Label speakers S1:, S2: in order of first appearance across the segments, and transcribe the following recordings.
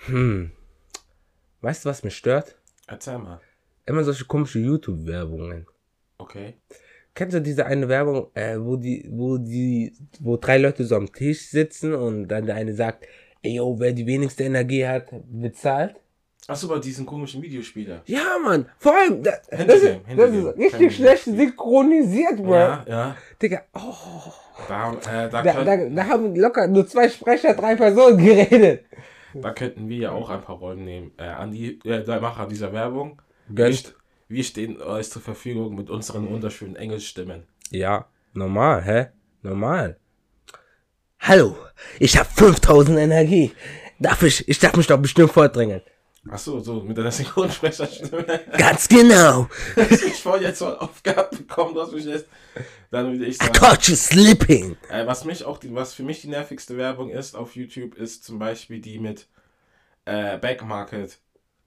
S1: Hm. Weißt du, was mich stört?
S2: Erzähl mal.
S1: Immer solche komische YouTube-Werbungen.
S2: Okay.
S1: Kennst du diese eine Werbung, wo 3 Leute so am Tisch sitzen und dann der eine sagt, ey, yo, wer die wenigste Energie hat, bezahlt?
S2: Achso, bei diesen komischen Videospieler.
S1: Ja, Mann. Vor allem, das
S2: Handy-Game.
S1: ist richtig schlecht synchronisiert, Bro.
S2: Ja.
S1: Digga, oh.
S2: Da
S1: haben locker nur 2 Sprecher, 3 Personen geredet.
S2: könnten wir ja auch ein paar Rollen nehmen. Andi, der Macher dieser Werbung.
S1: Gönnt.
S2: Wir stehen euch zur Verfügung mit unseren wunderschönen Engelsstimmen.
S1: Ja, normal, hä? Normal. Hallo, ich hab 5000 Energie. Ich darf mich doch bestimmt vordrängeln.
S2: Achso, so mit deiner Synchronsprecherstimme.
S1: Ganz genau.
S2: Ich vorhin jetzt mal aufgehabt bekommen, du hast mich jetzt. Dann würde ich
S1: I
S2: sagen.
S1: caught you slipping.
S2: Was für mich die nervigste Werbung ist auf YouTube, ist zum Beispiel die mit Backmarket.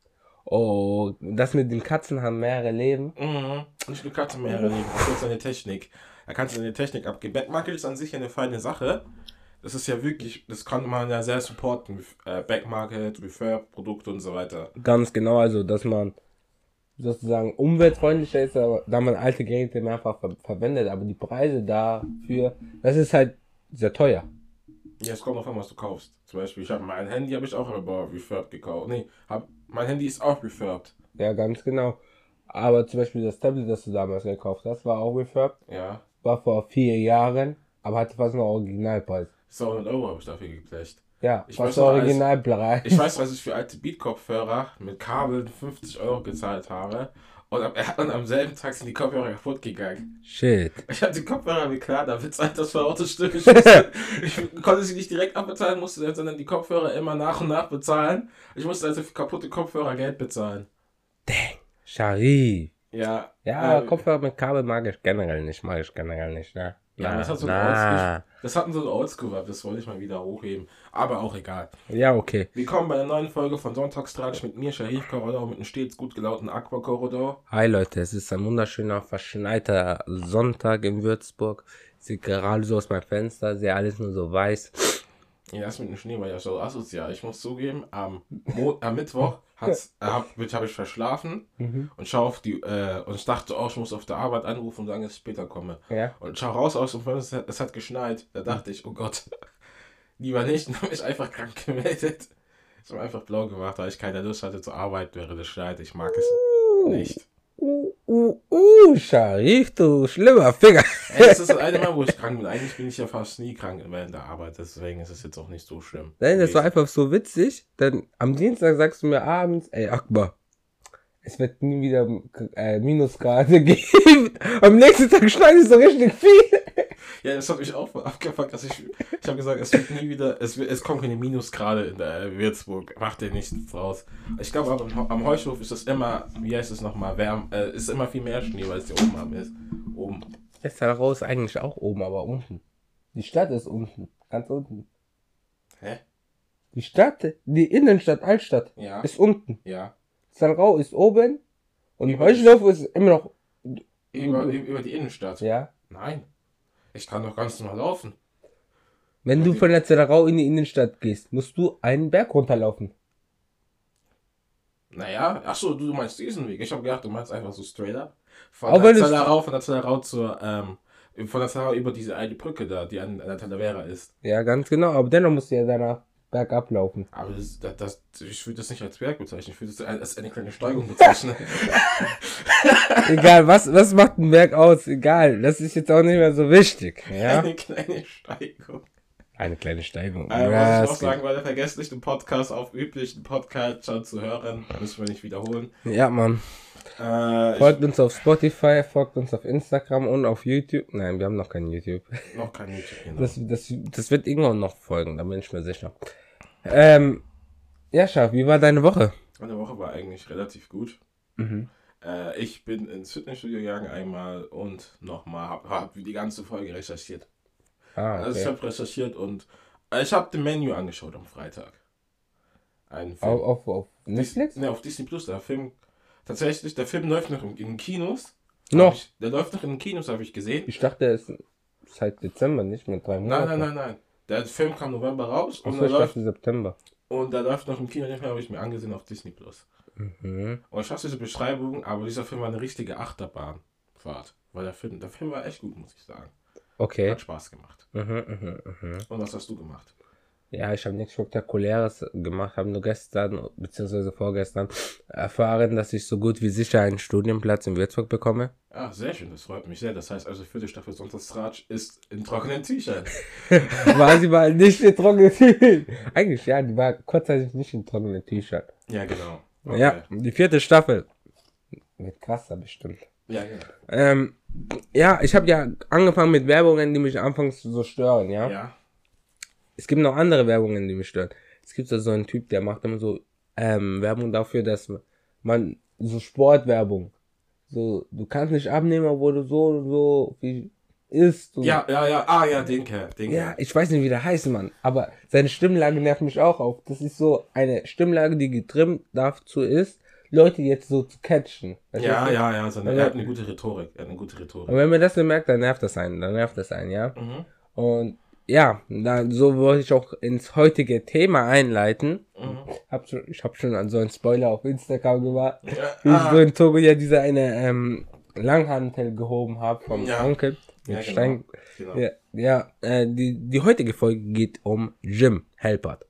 S1: Oh, das mit den Katzen haben mehrere Leben.
S2: Nicht nur Katzen mehrere Leben, auch jetzt eine Technik. Da kannst du deine Technik abgeben. Backmarket ist an sich eine feine Sache. Das ist ja wirklich, das kann man ja sehr supporten. Backmarket, Refurb, Produkte und so weiter.
S1: Ganz genau, also dass man sozusagen umweltfreundlicher ist, aber da man alte Geräte mehrfach verwendet, aber die Preise dafür, das ist halt sehr teuer.
S2: Ja, es kommt auf an, was du kaufst. Zum Beispiel, mein Handy habe ich auch über Refurb gekauft. Mein Handy ist auch refurbed.
S1: Ja, ganz genau. Aber zum Beispiel das Tablet, das du damals gekauft hast, war auch refurbed.
S2: Ja.
S1: War vor 4 Jahren, aber hatte fast noch Originalpreis.
S2: 200 € habe ich dafür geblecht.
S1: Ja,
S2: Ich
S1: fast
S2: weiß noch,
S1: Originalpreis.
S2: Ich weiß, was ich für alte Beat-Kopfhörer mit Kabel 50 € gezahlt habe. Und am selben Tag sind die Kopfhörer kaputt gegangen.
S1: Shit.
S2: Ich hatte die Kopfhörer mit klar, da bezahlt das für Autostück. Ich konnte sie nicht direkt abbezahlen, musste dann die Kopfhörer immer nach und nach bezahlen. Ich musste also für kaputte Kopfhörer Geld bezahlen.
S1: Dang. Sharif.
S2: Ja.
S1: Ja, Kopfhörer mit Kabel mag ich generell nicht, ne?
S2: Ja, das hat so ein Oldschool-Vibe, das wollte ich mal wieder hochheben. Aber auch egal.
S1: Ja, okay.
S2: Willkommen bei einer neuen Folge von Sonntagstratsch mit mir, Sharif Korodor, mit einem stets gut gelaunten Aqua Korodor.
S1: Hi Leute, es ist ein wunderschöner, verschneiter Sonntag in Würzburg. Ich sehe gerade so aus meinem Fenster, sehe alles nur so weiß.
S2: Ja, das mit dem Schnee war ja so asozial. Ich muss zugeben, am Mittwoch habe ich verschlafen und schaue auf und ich dachte auch, ich muss auf der Arbeit anrufen und sagen, dass ich später komme.
S1: Ja.
S2: Und schaue raus aus dem Fenster, es hat geschneit. Da dachte ich, oh Gott, lieber nicht. Dann habe ich einfach krank gemeldet. Ich habe einfach blau gemacht, weil ich keine Lust hatte zur Arbeit während es schneit. Ich mag es nicht.
S1: Sharif, du schlimmer Finger.
S2: Das ist das eine Mal, wo ich krank bin. Eigentlich bin ich ja fast nie krank während der Arbeit, deswegen ist es jetzt auch nicht so schlimm.
S1: Nein, das war einfach so witzig, denn am Dienstag sagst du mir abends, ey Akbar, es wird nie wieder Minusgrade geben. Am nächsten Tag schneidet es so richtig viel.
S2: Ja, das hat mich auch abgefuckt, dass ich habe gesagt, es wird nie wieder, es kommen keine Minusgrade in der Würzburg, macht dir nichts draus. Ich glaube aber am Heuschhof ist das immer, wie heißt es nochmal, ist immer viel mehr Schnee, weil es hier oben ist. Oben.
S1: Ist da raus eigentlich auch oben, aber unten. Die Stadt ist unten, ganz unten.
S2: Hä?
S1: Die Innenstadt, Altstadt,
S2: Ja.
S1: ist unten.
S2: Ja.
S1: Sanrau ist oben und Heuschhof ist immer noch
S2: Über die Innenstadt?
S1: Ja.
S2: Nein. Ich kann doch ganz normal laufen.
S1: Wenn du von der Sanrau in die Innenstadt gehst, musst du einen Berg runterlaufen.
S2: Naja, achso, du meinst diesen Weg. Ich habe gedacht, du meinst einfach so straight up.
S1: Von der Sanrau
S2: über diese eine Brücke da, die an der Talavera ist.
S1: Ja, ganz genau, aber dennoch musst du ja danach bergab laufen.
S2: Aber ich würde das nicht als Berg bezeichnen, ich würde das als eine kleine Steigung bezeichnen.
S1: Egal, was macht ein Berg aus? Egal, das ist jetzt auch nicht mehr so wichtig. Ja?
S2: Eine kleine Steigung.
S1: Eine kleine Steigung.
S2: Was ich auch sagen wollte, vergesst nicht, den Podcast auf üblichen Podcatchern zu hören. Müssen wir nicht wiederholen.
S1: Ja, Mann. Folgt uns auf Spotify, folgt uns auf Instagram und auf YouTube. Nein, wir haben noch kein YouTube.
S2: Noch kein YouTube, genau.
S1: Das wird irgendwann noch folgen, da bin ich mir sicher. Ja, Schaf, wie war deine Woche?
S2: Meine Woche war eigentlich relativ gut. Ich bin ins Fitnessstudio gegangen einmal und nochmal, hab die ganze Folge recherchiert.
S1: Okay.
S2: Also ich habe recherchiert und ich habe den Menü angeschaut am Freitag. Einen Film.
S1: Auf Netflix?
S2: Ne, auf Disney Plus, der Film. Tatsächlich, der Film läuft noch in den Kinos.
S1: Noch?
S2: Der läuft noch in den Kinos, habe ich gesehen.
S1: Ich dachte, es ist seit Dezember, nicht mit 3 Monaten.
S2: Nein. Der Film kam November raus.
S1: Achso, ich dachte September.
S2: Und da läuft noch im Kino, den habe ich mir angesehen auf Disney Plus.
S1: Mhm.
S2: Und ich hasse diese Beschreibung, aber dieser Film war eine richtige Achterbahnfahrt. Weil der Film war echt gut, muss ich sagen.
S1: Okay.
S2: Hat Spaß gemacht. Und was hast du gemacht?
S1: Ja, ich habe nichts Spektakuläres gemacht, habe nur gestern bzw. vorgestern erfahren, dass ich so gut wie sicher einen Studienplatz in Würzburg bekomme.
S2: Ah, sehr schön, das freut mich sehr. Das heißt also, 4. Staffel Sonntagsratsch ist in trockenen Tüchern.
S1: War sie mal nicht in trockenen T-Shirt. Eigentlich ja, die war kurzzeitig nicht in trockenen T-Shirt.
S2: Ja, genau. Okay.
S1: Ja, die 4. Staffel. Wird krasser bestimmt.
S2: Ja, genau.
S1: Ja, ich habe ja angefangen mit Werbungen, die mich anfangs so stören, ja.
S2: Ja.
S1: Es gibt noch andere Werbungen, die mich stören. Es gibt so einen Typ, der macht immer so Werbung dafür, dass man so Sportwerbung, so du kannst nicht abnehmen, obwohl du so viel isst.
S2: Ja. Ah, ja, den Kerl.
S1: Ja, ich weiß nicht, wie der heißt, Mann. Aber seine Stimmlage nervt mich auch auf. Das ist so eine Stimmlage, die getrimmt dazu ist, Leute jetzt so zu catchen.
S2: Ja. Er hat eine gute Rhetorik.
S1: Und wenn man das nicht merkt, dann nervt das einen, ja.
S2: Mhm.
S1: Und ja, so wollte ich auch ins heutige Thema einleiten. Ich hab schon an so einen Spoiler auf Instagram gemacht, wie ich so in Togo ja diese eine Langhantel gehoben habe vom Onkel. Mit Stein. Genau. Die heutige Folge geht um Gym Helpert.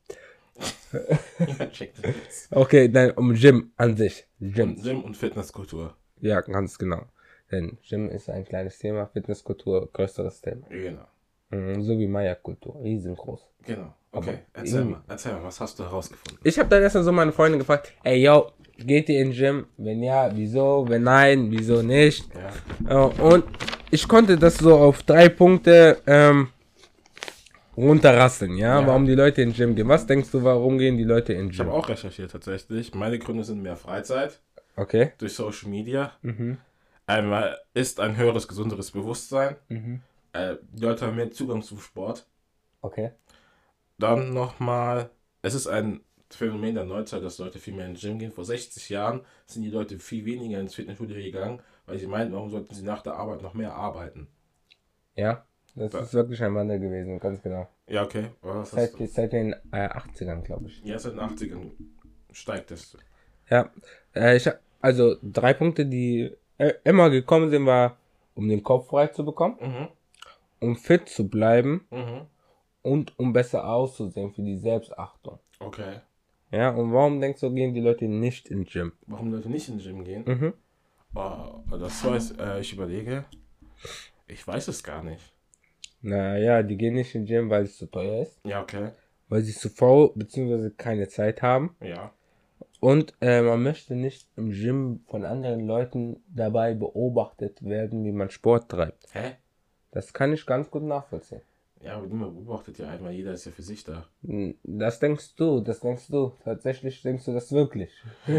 S1: Okay, dann um Gym an sich.
S2: Gym und Fitnesskultur.
S1: Ja, ganz genau. Denn Gym ist ein kleines Thema, Fitnesskultur größeres Thema.
S2: Genau.
S1: So wie Maya-Kultur, riesengroß.
S2: Genau. Okay, erzähl mal, was hast du herausgefunden?
S1: Ich habe dann erstmal so meine Freunde gefragt, ey, yo, geht ihr in Gym? Wenn ja, wieso? Wenn nein, wieso nicht? Ja. Und ich konnte das so auf 3 Punkte runterrasseln, ja? Warum die Leute in Gym gehen. Was denkst du, warum gehen die Leute in Gym?
S2: Ich habe auch recherchiert tatsächlich. Meine Gründe sind mehr Freizeit.
S1: Okay.
S2: Durch Social Media. Einmal ist ein höheres, gesunderes Bewusstsein. Die Leute haben mehr Zugang zum Sport.
S1: Okay.
S2: Dann nochmal, es ist ein Phänomen der Neuzeit, dass Leute viel mehr ins Gym gehen. Vor 60 Jahren sind die Leute viel weniger ins Fitnessstudio gegangen, weil sie meinten, warum sollten sie nach der Arbeit noch mehr arbeiten?
S1: Ja, das ist wirklich ein Wandel gewesen, ganz genau.
S2: Ja, okay.
S1: Seit den 80ern, glaube ich.
S2: Ja, seit den 80ern steigt das.
S1: Ja, also 3 Punkte, die immer gekommen sind, war, um den Kopf frei zu bekommen, um fit zu bleiben und um besser auszusehen für die Selbstachtung.
S2: Okay.
S1: Ja, und warum denkst du, gehen die Leute nicht in Gym?
S2: Warum Leute nicht in Gym gehen? Ich überlege. Ich weiß es gar nicht.
S1: Naja, die gehen nicht in Gym, weil es zu teuer ist.
S2: Ja, okay.
S1: Weil sie zu faul bzw. keine Zeit haben.
S2: Ja.
S1: Und man möchte nicht im Gym von anderen Leuten dabei beobachtet werden, wie man Sport treibt.
S2: Hä?
S1: Das kann ich ganz gut nachvollziehen.
S2: Ja, aber niemand beobachtet ja einmal, jeder ist ja für sich da.
S1: Das denkst du. Tatsächlich denkst du das wirklich.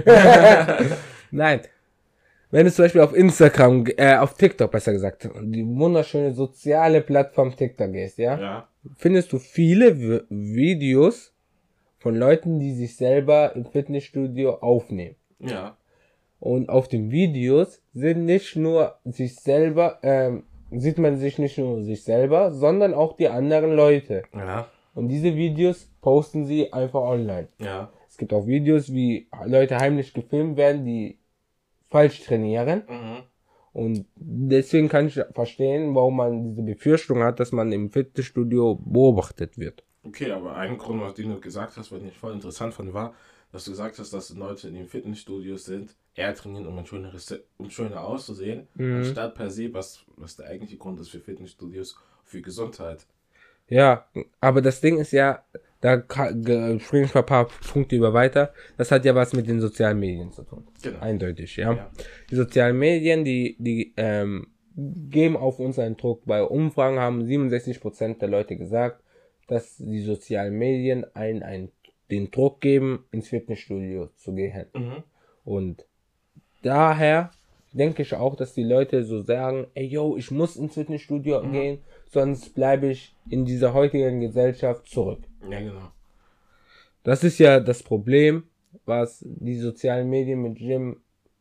S1: Nein. Wenn du zum Beispiel auf Instagram, auf TikTok besser gesagt, die wunderschöne soziale Plattform TikTok gehst, ja? Findest du viele Videos von Leuten, die sich selber im Fitnessstudio aufnehmen.
S2: Ja.
S1: Und auf den Videos sind nicht nur sich selber, sieht man sich nicht nur sich selber, sondern auch die anderen Leute.
S2: Ja.
S1: Und diese Videos posten sie einfach online.
S2: Ja.
S1: Es gibt auch Videos, wie Leute heimlich gefilmt werden, die falsch trainieren. Und deswegen kann ich verstehen, warum man diese Befürchtung hat, dass man im Fitnessstudio beobachtet wird.
S2: Okay, aber ein Grund, was du gesagt hast, was ich voll interessant fand, war, dass du gesagt hast, dass Leute in den Fitnessstudios sind, eher trainieren, um schöner auszusehen, anstatt per se, was der eigentliche Grund ist für Fitnessstudios, für Gesundheit.
S1: Ja, aber das Ding ist ja, da springe ich mal ein paar Punkte über weiter, das hat ja was mit den sozialen Medien zu tun.
S2: Genau.
S1: Eindeutig, ja. Die sozialen Medien, die geben auf uns einen Druck. Bei Umfragen haben 67% der Leute gesagt, dass die sozialen Medien den Druck geben, ins Fitnessstudio zu gehen. Und daher denke ich auch, dass die Leute so sagen, ey yo, ich muss ins Fitnessstudio gehen, sonst bleibe ich in dieser heutigen Gesellschaft zurück.
S2: Ja, genau.
S1: Das ist ja das Problem, was die sozialen Medien mit Gym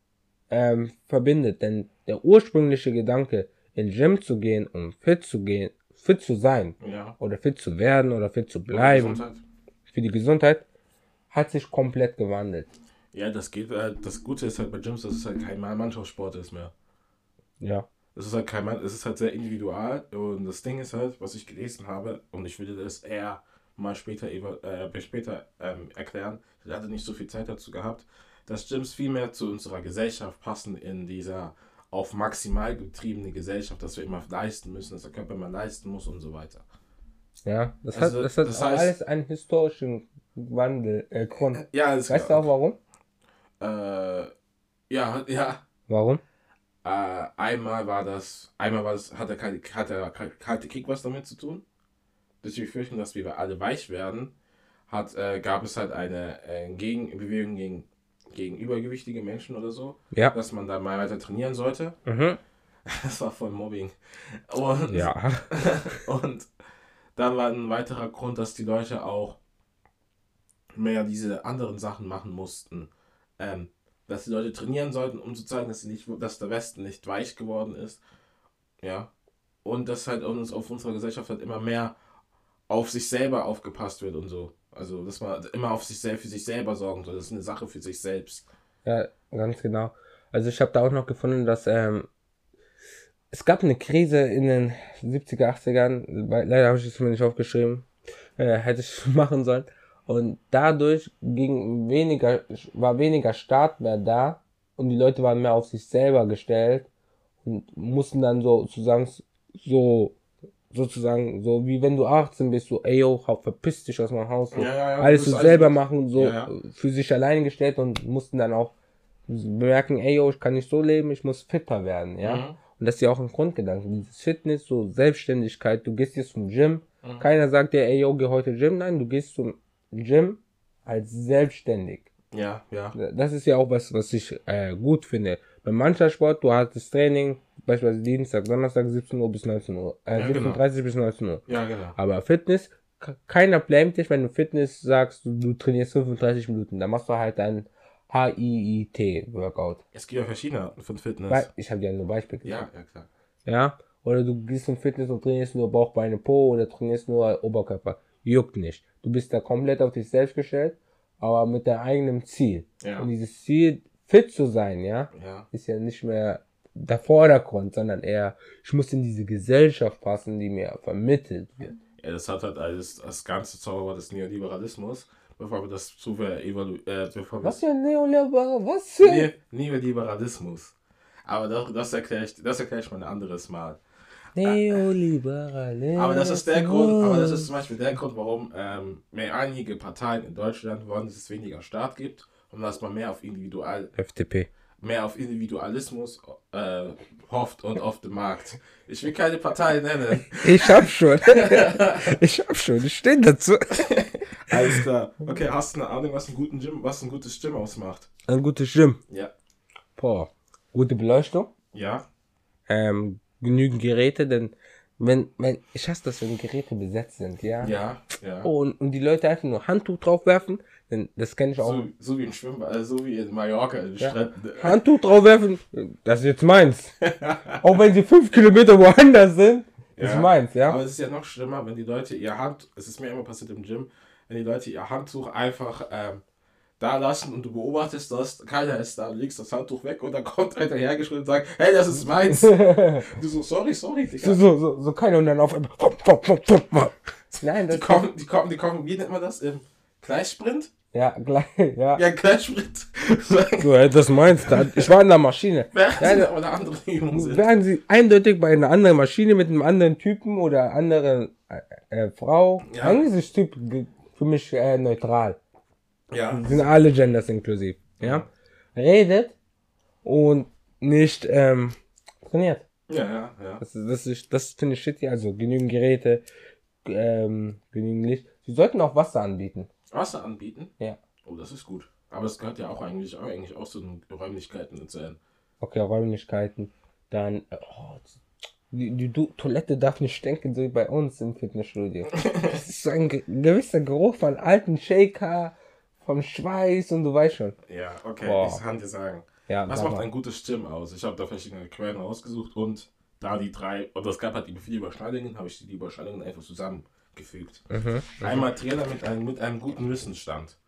S1: verbindet. Denn der ursprüngliche Gedanke, in Gym zu gehen, um fit zu sein, oder fit zu werden, oder fit zu bleiben, für die Gesundheit, hat sich komplett gewandelt.
S2: Ja, das geht, das Gute ist halt bei Gyms, dass es halt kein Mannschaftssport ist mehr.
S1: Ja.
S2: Es ist halt kein Mann, es ist halt sehr individual und das Ding ist halt, was ich gelesen habe, und ich würde das eher mal später, erklären, ich hatte nicht so viel Zeit dazu gehabt, dass Gyms viel mehr zu unserer Gesellschaft passen in dieser auf maximal getriebene Gesellschaft, dass wir immer leisten müssen, dass der Körper immer leisten muss und so weiter.
S1: Ja, das
S2: Also,
S1: hat
S2: das
S1: auch
S2: heißt-
S1: alles einen historischen Wandel, Grund.
S2: Ja, ist
S1: Weißt du auch warum?
S2: ja.
S1: Warum?
S2: Einmal war das, hat der Kalte Krieg was damit zu tun. Durch die Befürchtung, dass wir alle weich werden, gab es halt eine Gegenbewegung gegen übergewichtige Menschen oder so,
S1: Ja.
S2: dass man da mal weiter trainieren sollte.
S1: Mhm.
S2: Das war voll Mobbing. Und,
S1: Ja.
S2: und dann war ein weiterer Grund, dass die Leute auch mehr diese anderen Sachen machen mussten. Dass die Leute trainieren sollten, um zu zeigen, dass der Westen nicht weich geworden ist. Ja. Und dass halt auf unserer Gesellschaft halt immer mehr auf sich selber aufgepasst wird und so. Also, dass man immer für sich selber sorgen soll. Das ist eine Sache für sich selbst.
S1: Ja, ganz genau. Also ich habe da auch noch gefunden, dass es gab eine Krise in den 70er, 80ern, leider habe ich es mir nicht aufgeschrieben, hätte ich machen sollen. Und dadurch war weniger Staat mehr da und die Leute waren mehr auf sich selber gestellt und mussten dann sozusagen wie wenn du 18 bist, so, ey yo, verpiss dich aus meinem Haus, so, alles so selber machen, so für sich alleine gestellt und mussten dann auch bemerken, ey yo, ich kann nicht so leben, ich muss fitter werden, ja.
S2: Mhm.
S1: Und das ist ja auch ein Grundgedanke, dieses Fitness, so Selbstständigkeit, du gehst jetzt zum Gym, keiner sagt dir, ey yo, geh heute Gym, nein, du gehst zum Gym als selbstständig.
S2: Ja.
S1: Das ist ja auch was ich gut finde. Beim Mannschaftssport, du hast das Training, beispielsweise Dienstag, Donnerstag 17 Uhr bis 19 Uhr, 17:30 bis 19 Uhr.
S2: Ja, genau.
S1: Aber Fitness, keiner blamet dich, wenn du Fitness sagst, du trainierst 35 Minuten, dann machst du halt ein HIIT-Workout.
S2: Es gibt ja verschiedene Arten von Fitness.
S1: Weil, ich habe dir nur Beispiel gesagt.
S2: Ja, klar.
S1: Ja? Oder du gehst zum Fitness und trainierst nur Bauch, Beine, Po oder trainierst nur Oberkörper. Juckt nicht. Du bist da komplett auf dich selbst gestellt, aber mit deinem eigenen Ziel.
S2: Ja.
S1: Und dieses Ziel, fit zu sein, ja, ist ja nicht mehr der Vordergrund, sondern eher, ich muss in diese Gesellschaft passen, die mir vermittelt wird.
S2: Ja, das hat halt alles, das ganze Zauberwort des Neoliberalismus, bevor wir das
S1: Was für ein Neoliberal? Was für
S2: Neoliberalismus. Aber das erkläre ich mal ein anderes Mal.
S1: Neoliberalismus.
S2: Aber das ist der Grund, das ist zum Beispiel der Grund, warum einige Parteien in Deutschland wollen, dass es weniger Staat gibt und dass man mehr auf
S1: FDP.
S2: mehr auf Individualismus hofft und auf den Markt. Ich will keine Partei nennen.
S1: Ich hab schon. Ich stehe dazu.
S2: Alles klar. Okay, hast du eine Ahnung, was ein gutes Gym ausmacht?
S1: Ein gutes Gym.
S2: Ja.
S1: Boah. Gute Beleuchtung.
S2: Ja.
S1: Genügend Geräte, denn wenn ich hasse das, wenn Geräte besetzt sind, ja.
S2: Ja.
S1: Und die Leute einfach nur Handtuch draufwerfen, denn das kenne ich auch.
S2: So wie im Schwimmbad, so wie in Mallorca.
S1: Handtuch draufwerfen, das ist jetzt meins. Auch wenn sie 5 Kilometer woanders sind, ist meins, ja.
S2: Aber es ist ja noch schlimmer, wenn die Leute es ist mir immer passiert im Gym, wenn die Leute ihr Handtuch einfach da lassen und du beobachtest das, keiner ist da, du legst das Handtuch weg und dann kommt einer hergeschritten und sagt, hey, das ist meins. Du so, sorry, Digga.
S1: So keiner und dann auf einmal. Nein, das
S2: Die kommen, wie nennt man das? Im Gleichsprint?
S1: Ja, gleich, ja.
S2: Ja, Gleichsprint.
S1: So, das ist meins. Ich war in der Maschine. Wären sie eindeutig bei einer anderen Maschine mit einem anderen Typen oder anderen Frau, eigentlich ist Typ für mich neutral.
S2: Ja.
S1: Sind alle Genders inklusiv. Ja. Redet und nicht trainiert.
S2: Ja.
S1: Das finde ich shitty. Also genügend Geräte, genügend Licht. Sie sollten auch Wasser anbieten.
S2: Wasser anbieten?
S1: Ja.
S2: Oh, das ist gut. Aber das gehört ja auch eigentlich auch zu den Räumlichkeiten erzählen.
S1: Okay, Räumlichkeiten. Dann, die Toilette darf nicht stinken, so wie bei uns im Fitnessstudio. Das ist so ein gewisser Geruch von alten Shaker, vom Schweiß und du weißt schon.
S2: Ja, okay,
S1: Boah.
S2: ich kann dir sagen.
S1: Ja,
S2: was macht ein gutes Gym aus? Ich habe da verschiedene Quellen ausgesucht und da die drei, und es gab halt viele Überschneidungen, habe ich die Überschneidungen einfach zusammengefügt. Einmal Trainer mit einem guten Wissensstand.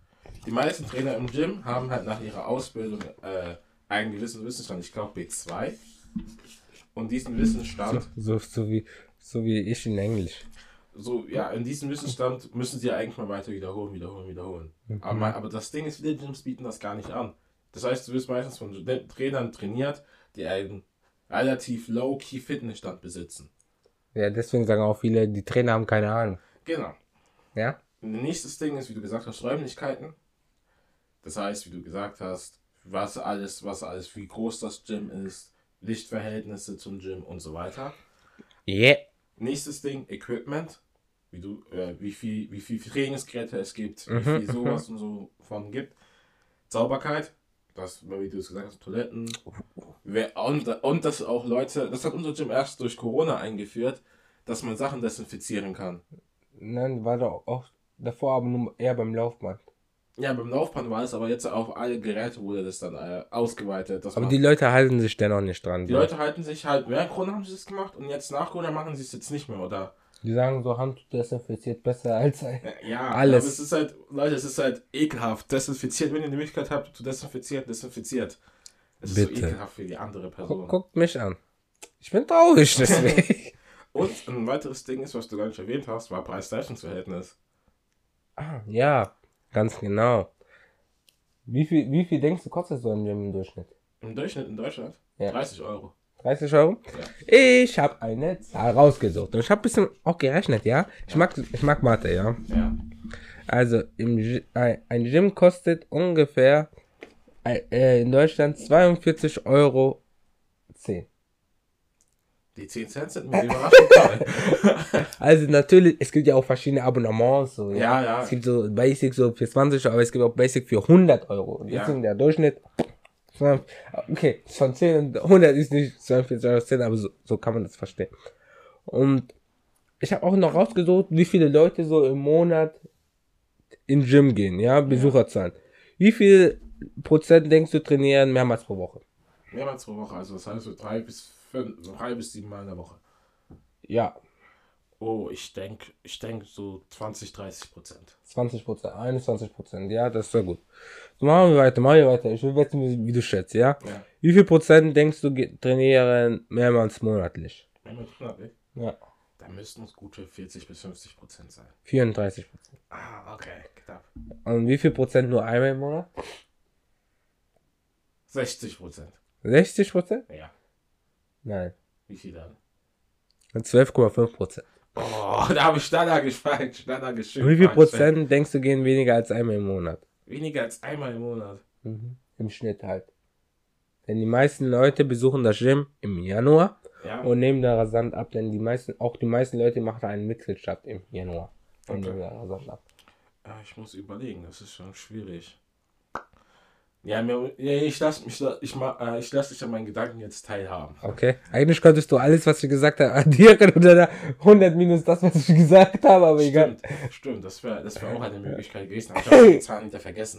S2: Die meisten Trainer im Gym haben halt nach ihrer Ausbildung einen gewissen Wissensstand, ich glaube B2. Und diesen Wissensstand...
S1: So wie ich in Englisch.
S2: So, ja, in diesem Wissensstand müssen sie eigentlich mal weiter wiederholen. Aber das Ding ist, viele Gyms bieten das gar nicht an. Das heißt, du wirst meistens von Trainern trainiert, die einen relativ low-key Fitnessstand besitzen.
S1: Ja, deswegen sagen auch viele, die Trainer haben keine Ahnung.
S2: Genau.
S1: Ja?
S2: Nächstes Ding ist, wie du gesagt hast, Räumlichkeiten. Das heißt, wie du gesagt hast, was alles, wie groß das Gym ist, Lichtverhältnisse zum Gym und so weiter.
S1: Yeah.
S2: Nächstes Ding, Equipment. Wie viel Trainingsgeräte es gibt, wie viel sowas und so von gibt. Sauberkeit, das, wie du es gesagt hast, Toiletten. Und dass auch Leute, das hat unser Gym erst durch Corona eingeführt, dass man Sachen desinfizieren kann.
S1: Nein, war doch auch davor, aber nur eher beim Laufband.
S2: Ja, beim Laufband war es, aber jetzt auf alle Geräte wurde das dann ausgeweitet.
S1: Aber die Leute halten sich dennoch nicht dran.
S2: Die Leute halten sich halt, während Corona haben sie es gemacht und jetzt nach Corona machen sie es jetzt nicht mehr, oder?
S1: Die sagen so, Handtuch desinfiziert besser als
S2: ja,
S1: alles.
S2: Aber es ist halt, Leute, es ist halt ekelhaft. Desinfiziert, wenn ihr die Möglichkeit habt zu desinfiziert. Es
S1: Bitte.
S2: ist so ekelhaft für die andere Person.
S1: Guckt mich an. Ich bin traurig deswegen.
S2: Und ein weiteres Ding ist, was du gar nicht erwähnt hast, war Preis-Leistungs-Verhältnis.
S1: Ja, ganz genau. Wie viel denkst du, kostet so ein Gym im Durchschnitt?
S2: Im Durchschnitt in Deutschland?
S1: Ja.
S2: 30 Euro.
S1: 30 Euro? Ja. Ich habe eine Zahl rausgesucht und ich habe ein bisschen auch gerechnet, ja? Ich mag Mathe, ja?
S2: Ja.
S1: Also, ein Gym kostet ungefähr in Deutschland 42,10 Euro.
S2: Die 10 Cent sind mir überraschend.
S1: Also natürlich, es gibt ja auch verschiedene Abonnements. So,
S2: ja, ja.
S1: Es gibt so Basic so für 20 Euro, aber es gibt auch Basic für 100 Euro. Und deswegen der Durchschnitt, okay, von 10 und 100 ist nicht 42,10 Euro, aber so kann man das verstehen. Und ich habe auch noch rausgesucht, wie viele Leute so im Monat in Gym gehen, ja, Besucherzahlen. Wie viel Prozent denkst du trainieren mehrmals pro Woche?
S2: Mehrmals pro Woche, also das heißt so 3 bis 7 Mal in der Woche.
S1: Ja.
S2: Oh, ich denke so 20-30%.
S1: 20%, 21%, ja, das ist sehr gut. So, machen wir weiter. Ich will wissen, wie du schätzt, ja?
S2: Ja.
S1: Wie viel Prozent denkst du trainieren mehrmals monatlich?
S2: Mehrmals monatlich?
S1: Ja.
S2: Da müssten es gute 40 bis 50% sein.
S1: 34%.
S2: Ah, okay, knapp.
S1: Und wie viel Prozent nur einmal im Monat?
S2: 60%.
S1: 60%?
S2: Ja.
S1: Nein.
S2: Wie viel dann?
S1: 12,5%.
S2: Oh, da habe ich Standard geschickt.
S1: Wie viel Prozent denkst du gehen weniger als einmal im Monat?
S2: Weniger als einmal im Monat?
S1: Im Schnitt halt. Denn die meisten Leute besuchen das Gym im Januar und nehmen da rasant ab, denn die meisten Leute machen einen Mitgliedschaft im Januar. Und nehmen da rasant ab.
S2: Ja, ich muss überlegen, das ist schon schwierig. Ja, ich lasse dich an meinen Gedanken jetzt teilhaben.
S1: Okay. Eigentlich könntest du alles, was ich gesagt habe, addieren oder da 100 minus das, was ich gesagt habe, aber egal.
S2: Stimmt, das wäre auch eine Möglichkeit gewesen. Aber ich habe die Zahlen wieder vergessen.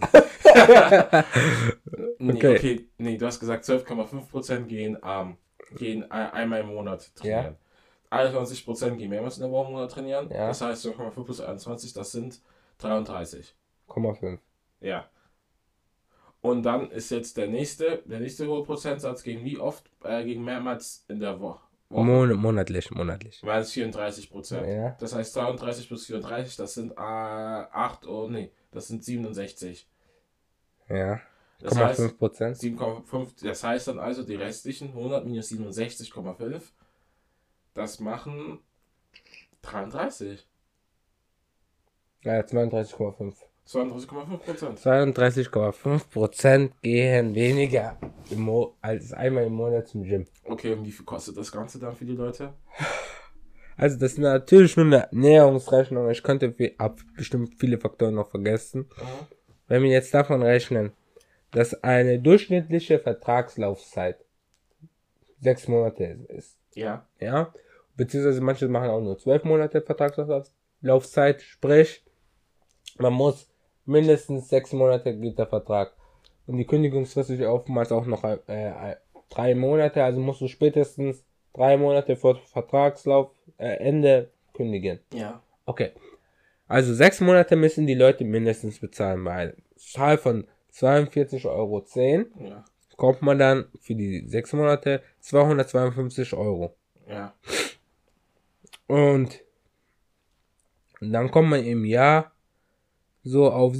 S2: Okay, du hast gesagt, 12,5% gehen einmal im Monat trainieren. Ja. 21% gehen mehrmals in der Woche im Monat trainieren. Ja. Das heißt, 12,5 plus 21, das sind 33,5. Ja. Und dann ist jetzt der nächste hohe Prozentsatz gegen wie oft? Gegen mehrmals in der Woche.
S1: Monatlich.
S2: Weil es 34%.
S1: Ja.
S2: Das heißt 33 plus 34, das sind das sind 67.
S1: Ja.
S2: Das heißt
S1: 5%.
S2: 7,5. Das heißt dann also die restlichen 100 minus 67,5. Das machen 33.
S1: Ja, 32,5.
S2: 32,5%.
S1: 32,5% gehen weniger als einmal im Monat zum Gym.
S2: Okay, und wie viel kostet das Ganze dann für die Leute?
S1: Also das ist natürlich nur eine Näherungsrechnung. Ich könnte bestimmt viele Faktoren noch vergessen. Mhm. Wenn wir jetzt davon rechnen, dass eine durchschnittliche Vertragslaufzeit 6 Monate ist.
S2: Ja.
S1: Ja. Beziehungsweise manche machen auch nur 12 Monate Vertragslaufzeit. Sprich, man muss mindestens 6 Monate geht der Vertrag. Und die Kündigungsfrist ist oftmals auch noch 3 Monate. Also musst du spätestens 3 Monate vor Vertragslauf Ende kündigen.
S2: Ja.
S1: Okay. Also 6 Monate müssen die Leute mindestens bezahlen bei Zahl von 42,10 Euro
S2: Ja.
S1: kommt man dann für die 6 Monate 252 Euro.
S2: Ja.
S1: Und dann kommt man im Jahr so auf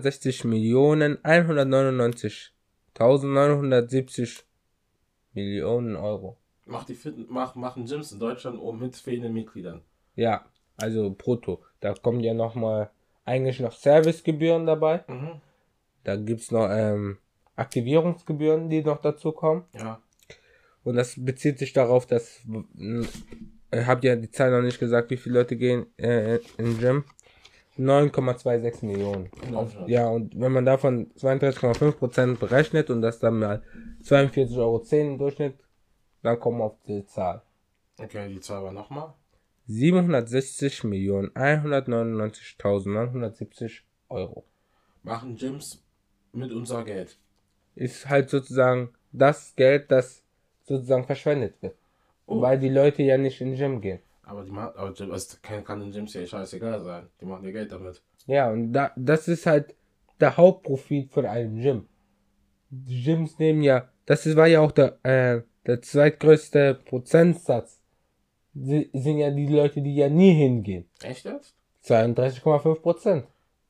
S1: 760.199.970 Millionen Euro.
S2: Machen Gyms in Deutschland mit fehlenden Mitgliedern.
S1: Ja, also brutto. Da kommen ja nochmal eigentlich noch Servicegebühren dabei.
S2: Mhm.
S1: Da gibt's noch Aktivierungsgebühren, die noch dazu kommen.
S2: Ja.
S1: Und das bezieht sich darauf, dass habt ihr die Zahl noch nicht gesagt, wie viele Leute gehen in Gym? 9,26 Millionen. Ja, und wenn man davon 32,5% berechnet und das dann mal 42,10 Euro im Durchschnitt, dann kommen wir auf die Zahl.
S2: Okay, die Zahl war nochmal?
S1: 760.199.970 Euro.
S2: Machen Gyms mit unser Geld.
S1: Ist halt sozusagen das Geld, das sozusagen verschwendet wird.
S2: Oh.
S1: Weil die Leute ja nicht in den Gym gehen.
S2: Aber kann den Gyms ja scheißegal sein. Die machen ihr Geld damit.
S1: Ja, und das ist halt der Hauptprofit von einem Gym. Die Gyms nehmen ja, war ja auch der zweitgrößte Prozentsatz. Sind ja die Leute, die ja nie hingehen.
S2: Echt jetzt?
S1: 32,5%.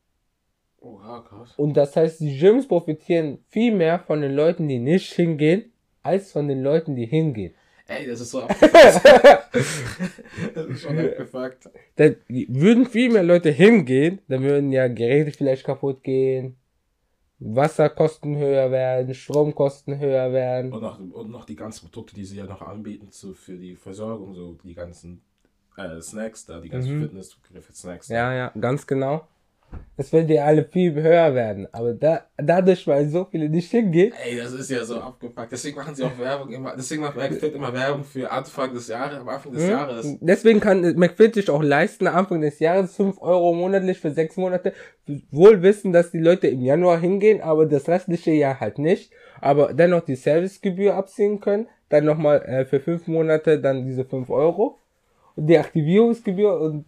S2: Oha, krass.
S1: Und das heißt, die Gyms profitieren viel mehr von den Leuten, die nicht hingehen, als von den Leuten, die hingehen.
S2: Ey, das ist so abgefuckt. Das ist schon abgefuckt.
S1: Da würden viel mehr Leute hingehen, dann würden ja Geräte vielleicht kaputt gehen, Wasserkosten höher werden, Stromkosten höher werden.
S2: Und noch die ganzen Produkte, die sie ja noch anbieten für die Versorgung, so die ganzen Snacks da, die ganzen Fitness-Snacks.
S1: Ja, ganz genau. Das wird ja alle viel höher werden. Aber dadurch, weil so viele nicht hingehen.
S2: Ey, das ist ja so abgepackt. Deswegen machen sie auch Werbung immer. Deswegen macht McFit immer Werbung für am Anfang des Jahres.
S1: Deswegen kann McFit sich auch leisten, am Anfang des Jahres 5 Euro monatlich für 6 Monate. Wohl wissen, dass die Leute im Januar hingehen, aber das restliche Jahr halt nicht. Aber dennoch die Servicegebühr abziehen können. Dann nochmal für 5 Monate dann diese 5 Euro. Und die Aktivierungsgebühr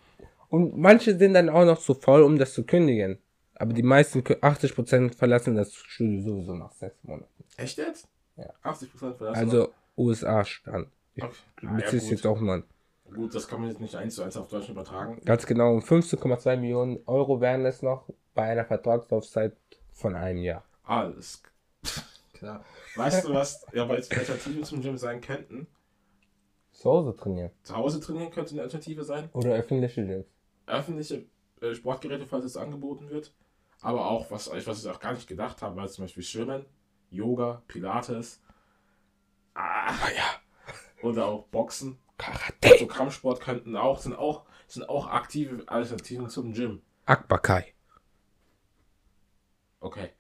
S1: und manche sind dann auch noch zu faul, um das zu kündigen. Aber die meisten, 80% verlassen das Studio sowieso nach 6 Monaten.
S2: Echt jetzt?
S1: Ja.
S2: 80% verlassen?
S1: Also USA-Stand. Ich beziehe es jetzt auch mal.
S2: Gut, das kann man jetzt nicht 1:1 auf Deutschland übertragen.
S1: Ganz genau. 15,2 Millionen Euro wären es noch bei einer Vertragslaufzeit von einem Jahr.
S2: Alles klar. Weißt du, was Alternativen zum Gym sein könnten?
S1: Zu Hause trainieren.
S2: Zu Hause trainieren könnte eine Alternative sein.
S1: Oder öffentliche Gyms.
S2: Öffentliche Sportgeräte, falls es angeboten wird. Aber auch, was ich auch gar nicht gedacht habe, war zum Beispiel Schwimmen, Yoga, Pilates. Ja. Oder auch Boxen.
S1: Karate.
S2: Also Kampfsport sind auch aktive Alternativen zum Gym.
S1: Akbakai.
S2: Okay.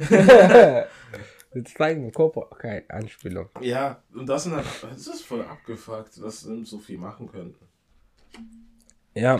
S1: Jetzt zeigen keine Anspielung.
S2: Ja, und das ist voll abgefuckt, dass sie so viel machen könnten.
S1: Ja.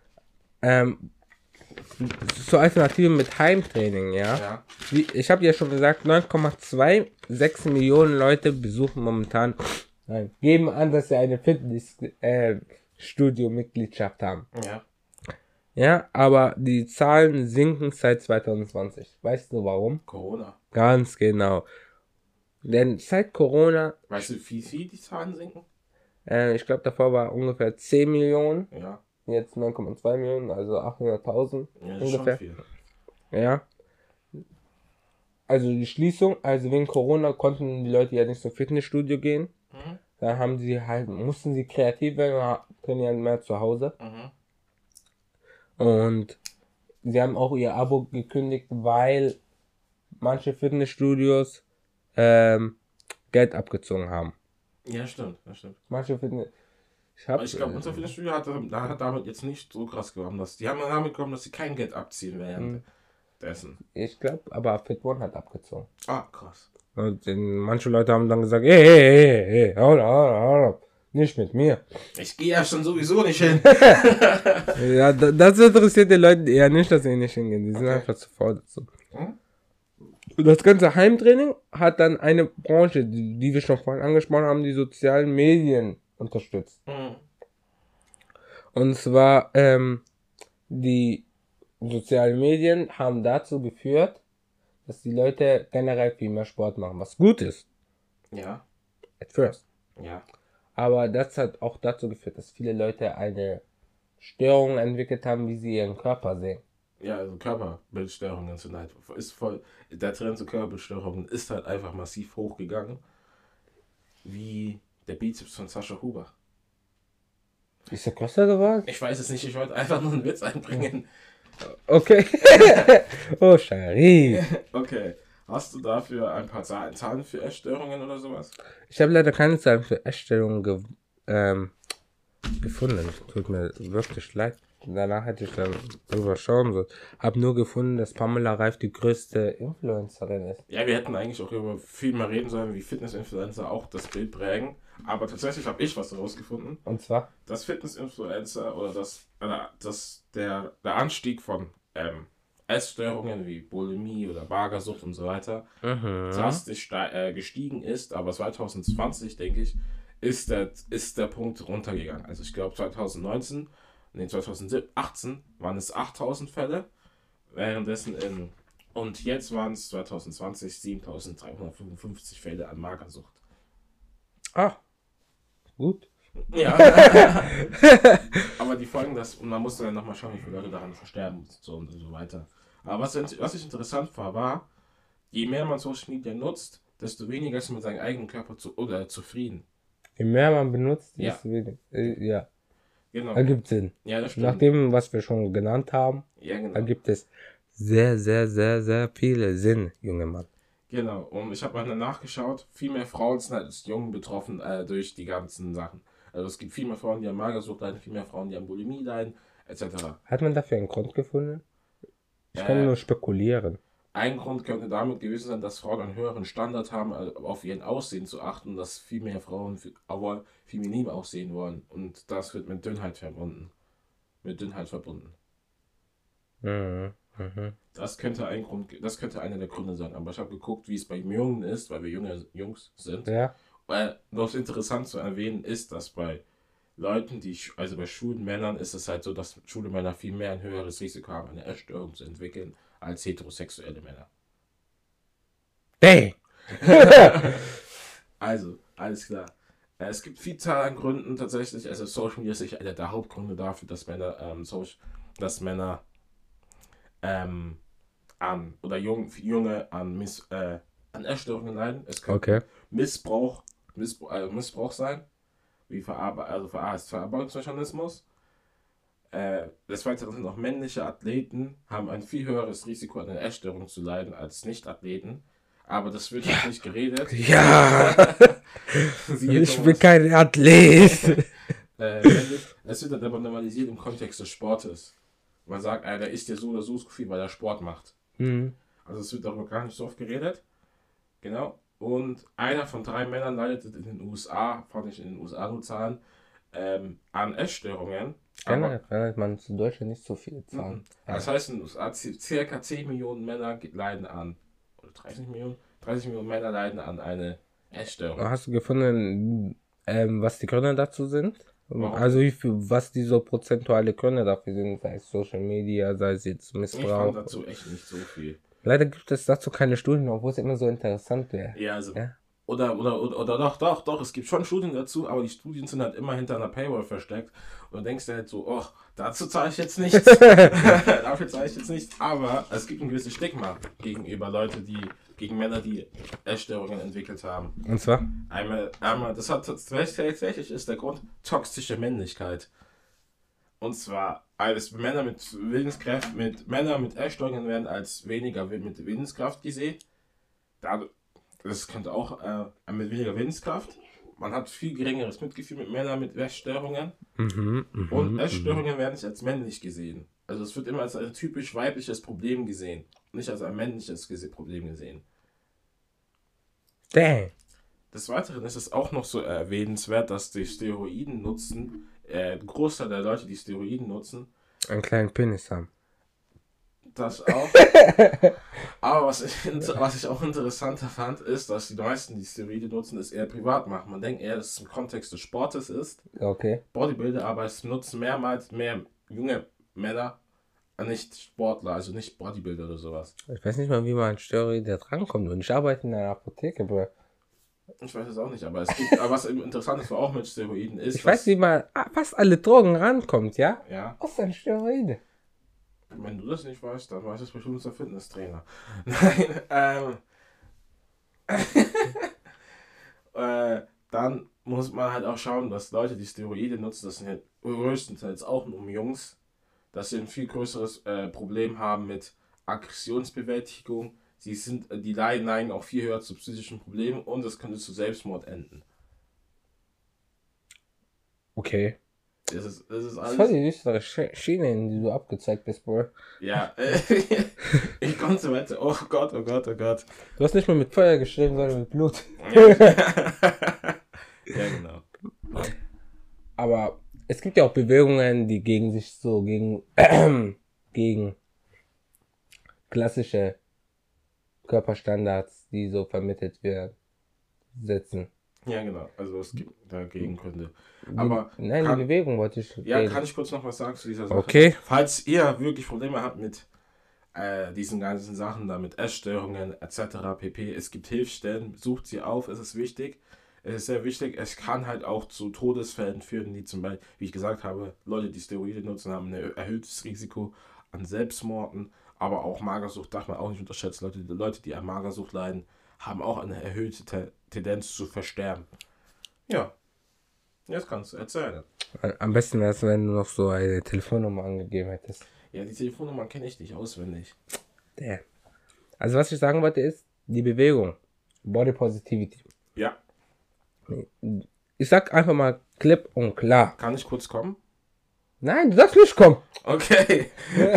S1: Zur Alternative mit Heimtraining, ja. Ich habe ja schon gesagt, 9,26 Millionen Leute besuchen momentan, geben an, dass sie eine Fitnessstudio-Mitgliedschaft haben.
S2: Ja.
S1: Ja, aber die Zahlen sinken seit 2020. Weißt du warum?
S2: Corona.
S1: Ganz genau. Denn seit Corona...
S2: Weißt du, wie viel die Zahlen sinken?
S1: Ich glaube, davor war ungefähr 10 Millionen.
S2: Ja.
S1: Jetzt 9,2 Millionen, also 800.000
S2: ja,
S1: ungefähr.
S2: Schon viel.
S1: Ja. Also die Schließung, also wegen Corona konnten die Leute ja nicht zum Fitnessstudio gehen.
S2: Mhm.
S1: Dann mussten sie kreativ werden, trainieren mehr zu Hause.
S2: Mhm.
S1: Und sie haben auch ihr Abo gekündigt, weil manche Fitnessstudios Geld abgezogen haben.
S2: Ja, stimmt, das stimmt.
S1: Manche Fitness...
S2: Ich glaube, unser Fitnessstudio hat damit jetzt nicht so krass gekommen, die haben damit gekommen, dass sie kein Geld abziehen währenddessen.
S1: Ich glaube, aber Fit One hat abgezogen.
S2: Ah, krass.
S1: Und manche Leute haben dann gesagt, hey, hau, nicht mit mir.
S2: Ich gehe ja schon sowieso nicht hin.
S1: Ja, das interessiert die Leute eher nicht, dass sie nicht hingehen. Die sind einfach zu faul dazu. Und das ganze Heimtraining hat dann eine Branche, die wir schon vorhin angesprochen haben, die sozialen Medien unterstützt.
S2: Mhm.
S1: Und zwar die soziale Medien haben dazu geführt, dass die Leute generell viel mehr Sport machen, was gut ist.
S2: Ja.
S1: At first.
S2: Ja.
S1: Aber das hat auch dazu geführt, dass viele Leute eine Störung entwickelt haben, wie sie ihren Körper sehen.
S2: Ja, also Körperbildstörungen sind halt, ist voll, der Trend zu Körperbildstörungen ist halt einfach massiv hochgegangen, wie der Bizeps von Sascha Huber.
S1: Ist er größer geworden?
S2: Ich weiß es nicht, ich wollte einfach nur einen Witz einbringen.
S1: Okay. Oh, Shari.
S2: Okay, hast du dafür ein paar Zahlen für Essstörungen oder sowas?
S1: Ich habe leider keine Zahlen für Essstellungen gefunden. Tut mir wirklich leid. Danach hätte ich dann drüber schauen sollen. Hab nur gefunden, dass Pamela Reif die größte Influencerin ist.
S2: Ja, wir hätten eigentlich auch über viel mehr reden sollen, wie Fitness-Influencer auch das Bild prägen. Aber tatsächlich habe ich was herausgefunden.
S1: Und zwar?
S2: Dass Fitness-Influencer oder der Anstieg von Essstörungen wie Bulimie oder Magersucht und so weiter drastisch gestiegen ist. Aber 2020, denke ich, ist der Punkt runtergegangen. Also ich glaube 2018 waren es 8000 Fälle, währenddessen und jetzt waren es 2020 7355 Fälle an Magersucht.
S1: Ah, gut.
S2: Ja. Aber die Folgen, man muss dann nochmal schauen, wie viele Leute daran versterben und so weiter. Aber was ich interessant war, je mehr man Social Media nutzt, desto weniger ist man mit seinem eigenen Körper zufrieden.
S1: Je mehr man benutzt,
S2: Ja.
S1: desto weniger. Ja.
S2: Genau.
S1: Ergibt Sinn.
S2: Ja, das stimmt.
S1: Nach dem, was wir schon genannt haben,
S2: Ja, genau.
S1: ergibt es sehr, sehr, sehr, sehr viele Sinn, junge Mann.
S2: Genau. Und ich habe mal nachgeschaut, viel mehr Frauen sind halt als Jungen betroffen durch die ganzen Sachen. Also es gibt viel mehr Frauen, die an Magersucht leiden, viel mehr Frauen, die an Bulimie leiden, etc.
S1: Hat man dafür einen Grund gefunden? Ich kann nur spekulieren.
S2: Ein Grund könnte damit gewesen sein, dass Frauen einen höheren Standard haben, auf ihr Aussehen zu achten, dass viel mehr Frauen aber feminin aussehen wollen. Und das wird mit Dünnheit verbunden.
S1: Mhm.
S2: Das könnte einer der Gründe sein. Aber ich habe geguckt, wie es bei Jungen ist, weil wir Jungs sind.
S1: Ja.
S2: Weil was interessant zu erwähnen ist, dass bei Leuten, also bei schwulen Männern ist es halt so, dass schwule Männer viel mehr ein höheres Risiko haben, eine Essstörung zu entwickeln, als heterosexuelle Männer.
S1: Hey!
S2: Also, alles klar. Es gibt Vielzahl an Gründen tatsächlich. Also Social Media ist sicher einer der Hauptgründe dafür, dass Männer Junge an Essstörungen leiden. Es kann Missbrauch sein, wie Verarbeitungsmechanismus. Des Weiteren sind auch männliche Athleten, haben ein viel höheres Risiko an einer Essstörung zu leiden als Nicht-Athleten. Aber das wird jetzt nicht geredet.
S1: Ja! Ich bin kein Athlet!
S2: Es wird dann aber normalisiert im Kontext des Sportes. Man sagt, der isst ja so oder so viel, weil er Sport macht.
S1: Mhm.
S2: Also es wird darüber gar nicht so oft geredet. Genau. Und einer von 3 Männern leidet in den USA, nur Zahlen, an Essstörungen.
S1: Generell man zu Deutschland nicht so viele Zahlen.
S2: Das heißt, in den USA ca. 10 Millionen Männer leiden an, oder 30 Millionen Männer leiden an eine Essstörung.
S1: Hast du gefunden, was die Gründe dazu sind?
S2: Warum?
S1: Also was die so prozentuale Gründe dafür sind, sei es Social Media, sei es jetzt Missbrauch.
S2: Ich fand dazu echt nicht so viel.
S1: Leider gibt es dazu keine Studien, obwohl es immer so interessant wäre.
S2: Ja, also.
S1: Ja?
S2: Oder doch, es gibt schon Studien dazu, aber die Studien sind halt immer hinter einer Paywall versteckt. Und du denkst dir halt so, oh, dazu zahle ich jetzt nichts. Dafür zahle ich jetzt nichts. Aber es gibt ein gewisses Stigma gegenüber gegen Männer, die Essstörungen entwickelt haben.
S1: Und zwar?
S2: Einmal, das hat tatsächlich ist der Grund toxische Männlichkeit. Und zwar, als Männer mit Essstörungen werden als weniger mit Willenskraft gesehen. Das könnte auch mit weniger Willenskraft. Man hat viel geringeres Mitgefühl mit Männern mit Essstörungen. Und Essstörungen werden nicht als männlich gesehen. Also es wird immer als ein typisch weibliches Problem gesehen. Nicht als ein männliches Problem gesehen.
S1: Dang.
S2: Des Weiteren ist es auch noch so erwähnenswert, dass die Steroiden nutzen, ein Großteil der Leute, die Steroiden nutzen,
S1: einen kleinen Penis haben.
S2: Das auch. Aber was ich auch interessanter fand, ist, dass die meisten, die Steroide nutzen, es eher privat machen. Man denkt eher, dass es im Kontext des Sportes ist.
S1: Okay.
S2: Bodybuilder, aber es nutzen mehrmals mehr junge Männer nicht Sportler, also nicht Bodybuilder oder sowas.
S1: Ich weiß nicht mal, wie man an Steroide drankommt. Und ich arbeite in einer Apotheke, Bro.
S2: Ich weiß es auch nicht, aber es gibt, aber was interessant ist auch mit Steroiden ist,
S1: Ich weiß, wie man fast alle Drogen rankommt, ja?
S2: Ja.
S1: Außer an Steroide.
S2: Wenn du das nicht weißt, dann weiß es bestimmt unser Fitnesstrainer. Nein, dann muss man halt auch schauen, dass Leute, die Steroide nutzen, das sind halt größtenteils auch nur Jungs, dass sie ein viel größeres Problem haben mit Aggressionsbewältigung. Die neigen auch viel höher zu psychischen Problemen und es könnte zu Selbstmord enden.
S1: Okay.
S2: Das ist
S1: Das
S2: alles.
S1: war die düstere Schiene, in die du abgezeigt bist, Bro.
S2: Ja, ich konnte weiter. Oh Gott.
S1: Du hast nicht mal mit Feuer geschrieben, sondern mit Blut.
S2: Ja, genau.
S1: Aber es gibt ja auch Bewegungen, die gegen klassische Körperstandards, die so vermittelt werden, setzen.
S2: Ja, genau. Also es gibt da Gegengründe.
S1: Die Bewegung wollte ich
S2: reden. Kann ich kurz noch was sagen zu dieser Sache?
S1: Okay.
S2: Falls ihr wirklich Probleme habt mit diesen ganzen Sachen, da mit Essstörungen etc. pp. Es gibt Hilfsstellen, sucht sie auf, es ist wichtig. Es ist sehr wichtig, es kann halt auch zu Todesfällen führen, die zum Beispiel, wie ich gesagt habe, Leute, die Steroide nutzen, haben ein erhöhtes Risiko an Selbstmorden, aber auch Magersucht darf man auch nicht unterschätzen. Leute, die an Magersucht leiden, haben auch eine erhöhte Tendenz zu versterben. Ja, jetzt kannst du erzählen.
S1: Am besten wäre es, wenn du noch so eine Telefonnummer angegeben hättest.
S2: Ja, die Telefonnummer kenne ich nicht auswendig.
S1: Damn. Also was ich sagen wollte ist, die Bewegung, Body Positivity.
S2: Ja.
S1: Ich sag einfach mal klipp und klar.
S2: Kann ich kurz kommen?
S1: Nein, du darfst nicht kommen.
S2: Okay.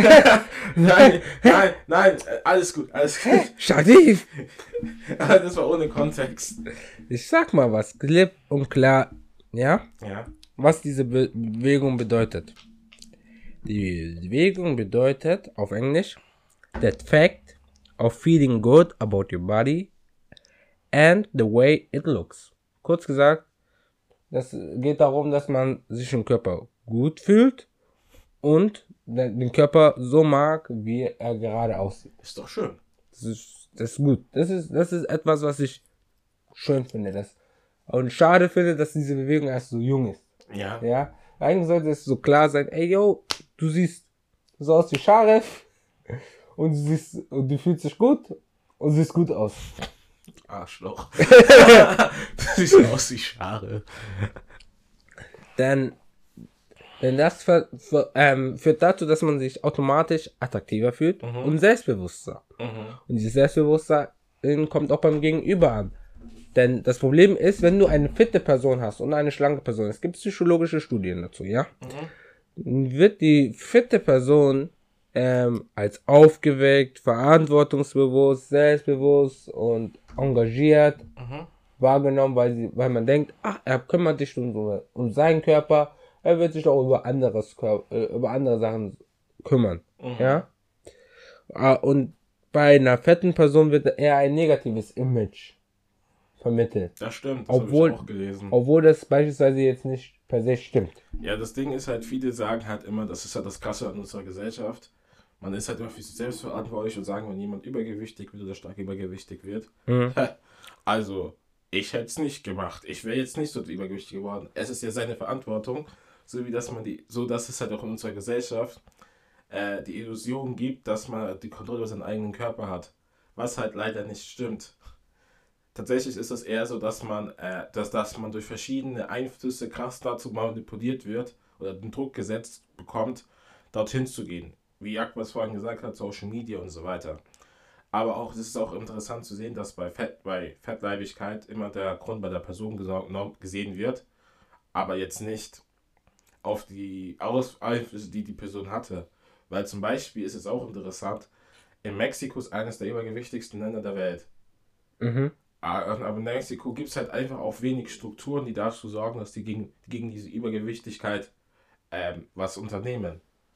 S2: nein, alles gut.
S1: Shadif.
S2: Das war ohne Kontext.
S1: Ich sag mal was, klipp und klar, ja?
S2: Ja.
S1: Was diese Bewegung bedeutet. Die Bewegung bedeutet auf Englisch that fact of feeling good about your body and the way it looks. Kurz gesagt, das geht darum, dass man sich im Körper gut fühlt und den Körper so mag, wie er gerade aussieht.
S2: Ist doch schön.
S1: Das ist gut. Das ist etwas, was ich schön finde. Und schade finde, dass diese Bewegung erst so jung ist.
S2: Ja.
S1: Ja. Eigentlich sollte es so klar sein, ey yo, du siehst so aus wie Scharef und du fühlst dich gut und siehst gut aus.
S2: Arschloch. Du siehst aus wie Schare.
S1: Denn das führt dazu, dass man sich automatisch attraktiver fühlt und selbstbewusster. Und dieses Selbstbewusstsein kommt auch beim Gegenüber an. Denn das Problem ist, wenn du eine fitte Person hast und eine schlanke Person, es gibt psychologische Studien dazu, ja? Wird die fitte Person als aufgeweckt, verantwortungsbewusst, selbstbewusst und engagiert wahrgenommen, weil man denkt, ach, er kümmert sich um seinen Körper, er wird sich auch über andere Sachen kümmern, ja? Und bei einer fetten Person wird eher ein negatives Image vermittelt.
S2: Das stimmt, das habe ich auch gelesen.
S1: Obwohl das beispielsweise jetzt nicht per se stimmt.
S2: Ja, das Ding ist halt, viele sagen halt immer, das ist halt das Krasse an unserer Gesellschaft, man ist halt immer für sich selbst verantwortlich und sagen, wenn jemand übergewichtig wird oder stark übergewichtig wird, also, ich hätte es nicht gemacht, ich wäre jetzt nicht so übergewichtig geworden. Es ist ja seine Verantwortung, dass es halt auch in unserer Gesellschaft die Illusion gibt, dass man die Kontrolle über seinen eigenen Körper hat, was halt leider nicht stimmt. Tatsächlich ist es eher so, dass man durch verschiedene Einflüsse krass dazu manipuliert wird oder den Druck gesetzt bekommt, dorthin zu gehen. Wie Akbas vorhin gesagt hat, Social Media und so weiter. Aber auch, es ist auch interessant zu sehen, dass bei Fettleibigkeit immer der Grund bei der Person gesehen wird, aber jetzt nicht auf die Einflüsse, die die Person hatte. Weil zum Beispiel ist es auch interessant, in Mexiko ist eines der übergewichtigsten Länder der Welt. Aber in Mexiko gibt es halt einfach auch wenig Strukturen, die dazu sorgen, dass die gegen diese Übergewichtigkeit was unternehmen.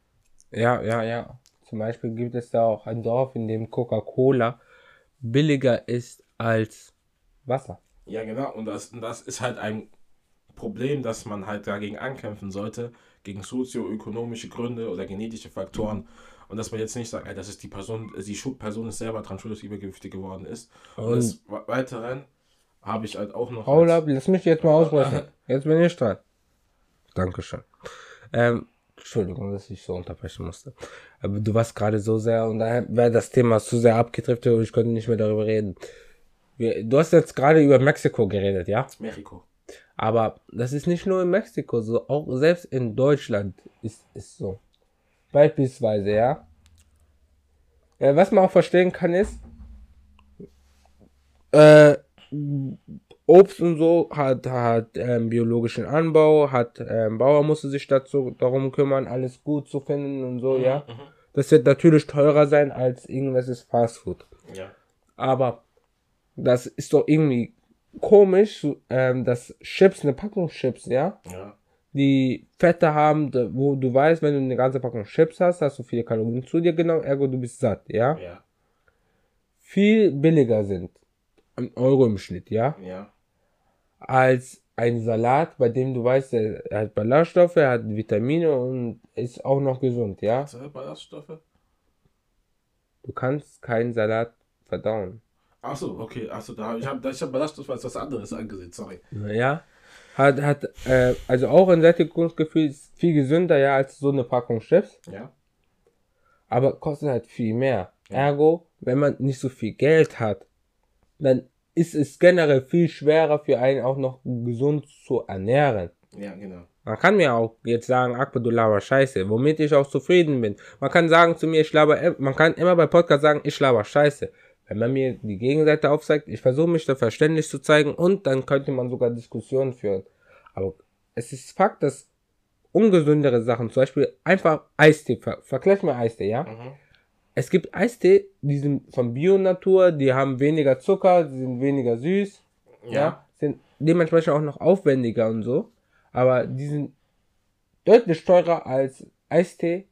S1: Ja. Zum Beispiel gibt es da auch ein Dorf, in dem Coca-Cola billiger ist als Wasser.
S2: Ja, genau. Und das ist halt ein Problem, dass man halt dagegen ankämpfen sollte, gegen sozioökonomische Gründe oder genetische Faktoren. Und dass man jetzt nicht sagt, ey, das ist die Person ist selber dran schuld, dass sie übergewichtig geworden ist. Und
S1: Und
S2: des Weiteren habe ich halt auch noch...
S1: Paul ab, lass mich jetzt mal aussprechen. Jetzt bin ich dran. Dankeschön. Entschuldigung, dass ich so unterbrechen musste. Aber du warst gerade so sehr, und daher wäre das Thema zu sehr abgedriftet und ich konnte nicht mehr darüber reden. Du hast jetzt gerade über Mexiko geredet, ja?
S2: Mexiko.
S1: Aber das ist nicht nur in Mexiko so, auch selbst in Deutschland ist so. Beispielsweise, ja. Was man auch verstehen kann ist, Obst und so hat biologischen Anbau, Bauer musste sich darum kümmern, alles gut zu finden und so, ja. Das wird natürlich teurer sein als irgendwelches Fastfood.
S2: Ja.
S1: Aber das ist doch irgendwie komisch, dass Chips, eine Packung Chips, ja, die Fette haben, wo du weißt, wenn du eine ganze Packung Chips hast, hast du viele Kalorien zu dir genommen, ergo du bist satt, ja. Viel billiger sind, ein Euro im Schnitt, ja, als ein Salat, bei dem du weißt, er hat Ballaststoffe, er hat Vitamine und ist auch noch gesund, ja.
S2: Was sind Ballaststoffe?
S1: Du kannst keinen Salat verdauen.
S2: Achso, okay, ich hab Ballaststoffe als was anderes angesehen, sorry.
S1: Ja, also auch ein Sättigungsgefühl ist viel gesünder, ja, als so eine Packung Chips.
S2: Ja.
S1: Aber kostet halt viel mehr. Ergo, wenn man nicht so viel Geld hat, dann ist es generell viel schwerer für einen auch noch gesund zu ernähren.
S2: Ja, genau.
S1: Man kann mir auch jetzt sagen, Akbar, du laber Scheiße, womit ich auch zufrieden bin. Man kann sagen zu mir, man kann immer bei Podcast sagen, ich laber Scheiße. Wenn man mir die Gegenseite aufzeigt, ich versuche mich da verständlich zu zeigen und dann könnte man sogar Diskussionen führen. Aber es ist Fakt, dass ungesündere Sachen, zum Beispiel einfach Eistee, vergleich mal Eistee, ja? Es gibt Eistee, die sind von Bio-Natur, die haben weniger Zucker, die sind weniger süß, ja, sind dementsprechend auch noch aufwendiger und so, aber die sind deutlich teurer als Eistee,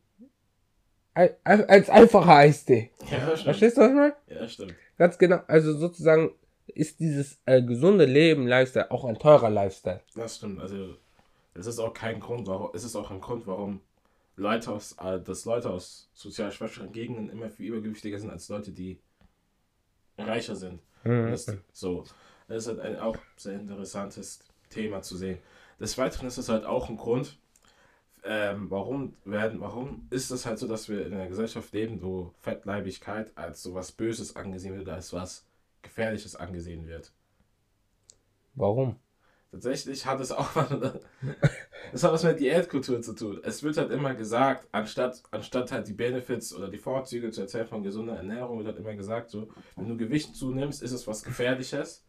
S1: als einfacher Eistee.
S2: Ja, stimmt.
S1: Verstehst du, was ich meine?
S2: Ja, stimmt.
S1: Ganz genau, also sozusagen ist dieses gesunde Leben, Lifestyle, auch ein teurer Lifestyle.
S2: Das stimmt, also es ist auch kein Grund, warum Leute aus sozial schwächeren Gegenden immer viel übergewichtiger sind als Leute, die reicher sind. Das ist halt ein auch sehr interessantes Thema zu sehen. Des Weiteren ist es halt auch ein Grund, warum ist es halt so, dass wir in einer Gesellschaft leben, wo Fettleibigkeit als so was Böses angesehen wird, als was Gefährliches angesehen wird.
S1: Warum?
S2: Tatsächlich hat es auch das hat was mit Diätkultur zu tun. Es wird halt immer gesagt, anstatt halt die Benefits oder die Vorzüge zu erzählen von gesunder Ernährung, wird halt immer gesagt, so, wenn du Gewicht zunimmst, ist es was Gefährliches.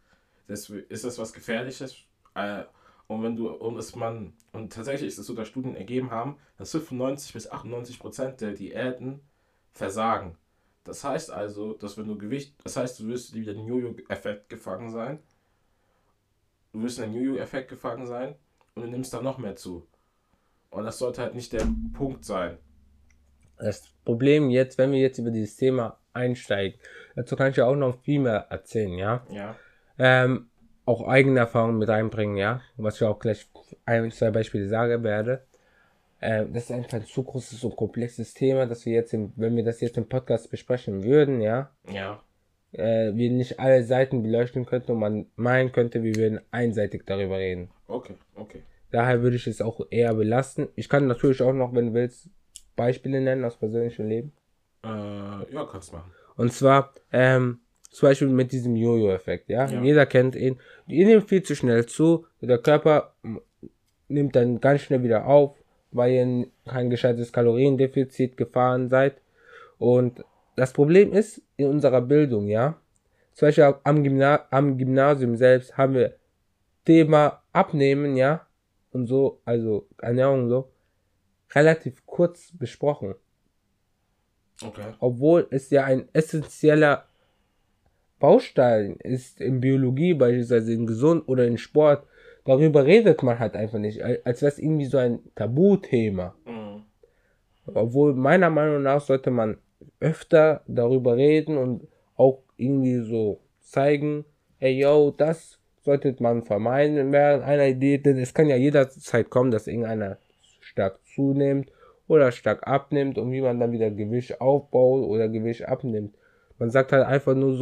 S2: Und tatsächlich ist es so, dass Studien ergeben haben, dass 95-98% der Diäten versagen. Das heißt also, du wirst wieder den Jojo-Effekt gefangen sein. Du wirst in den Jojo-Effekt gefangen sein und du nimmst da noch mehr zu. Und das sollte halt nicht der Punkt sein.
S1: Das Problem jetzt, wenn wir jetzt über dieses Thema einsteigen, dazu kann ich ja auch noch viel mehr erzählen, ja?
S2: Ja.
S1: Auch eigene Erfahrungen mit einbringen, ja? Was ich auch gleich zwei Beispiele sagen werde. Das ist einfach ein zu großes und komplexes Thema, dass wir jetzt, wenn wir das jetzt im Podcast besprechen würden, ja?
S2: Ja.
S1: Wir nicht alle Seiten beleuchten könnten und man meinen könnte, wir würden einseitig darüber reden.
S2: Okay.
S1: Daher würde ich es auch eher belasten. Ich kann natürlich auch noch, wenn du willst, Beispiele nennen aus persönlichem Leben.
S2: Ja, kannst du machen.
S1: Und zwar, zum Beispiel mit diesem Jojo-Effekt, ja? Jeder kennt ihn. Ihr nehmt viel zu schnell zu, der Körper nimmt dann ganz schnell wieder auf, weil ihr kein gescheites Kaloriendefizit gefahren seid. Und das Problem ist in unserer Bildung, ja. Zum Beispiel am Gymnasium selbst haben wir Thema Abnehmen, ja, und so, also Ernährung und so, relativ kurz besprochen.
S2: Okay.
S1: Obwohl es ja ein essentieller Baustein ist in Biologie, beispielsweise in Gesund oder in Sport. Darüber redet man halt einfach nicht, als wäre es irgendwie so ein Tabuthema. Obwohl meiner Meinung nach sollte man öfter darüber reden und auch irgendwie so zeigen, ey yo, das sollte man vermeiden während einer Idee, denn es kann ja jederzeit kommen, dass irgendeiner stark zunimmt oder stark abnimmt und wie man dann wieder Gewicht aufbaut oder Gewicht abnimmt. Man sagt halt einfach nur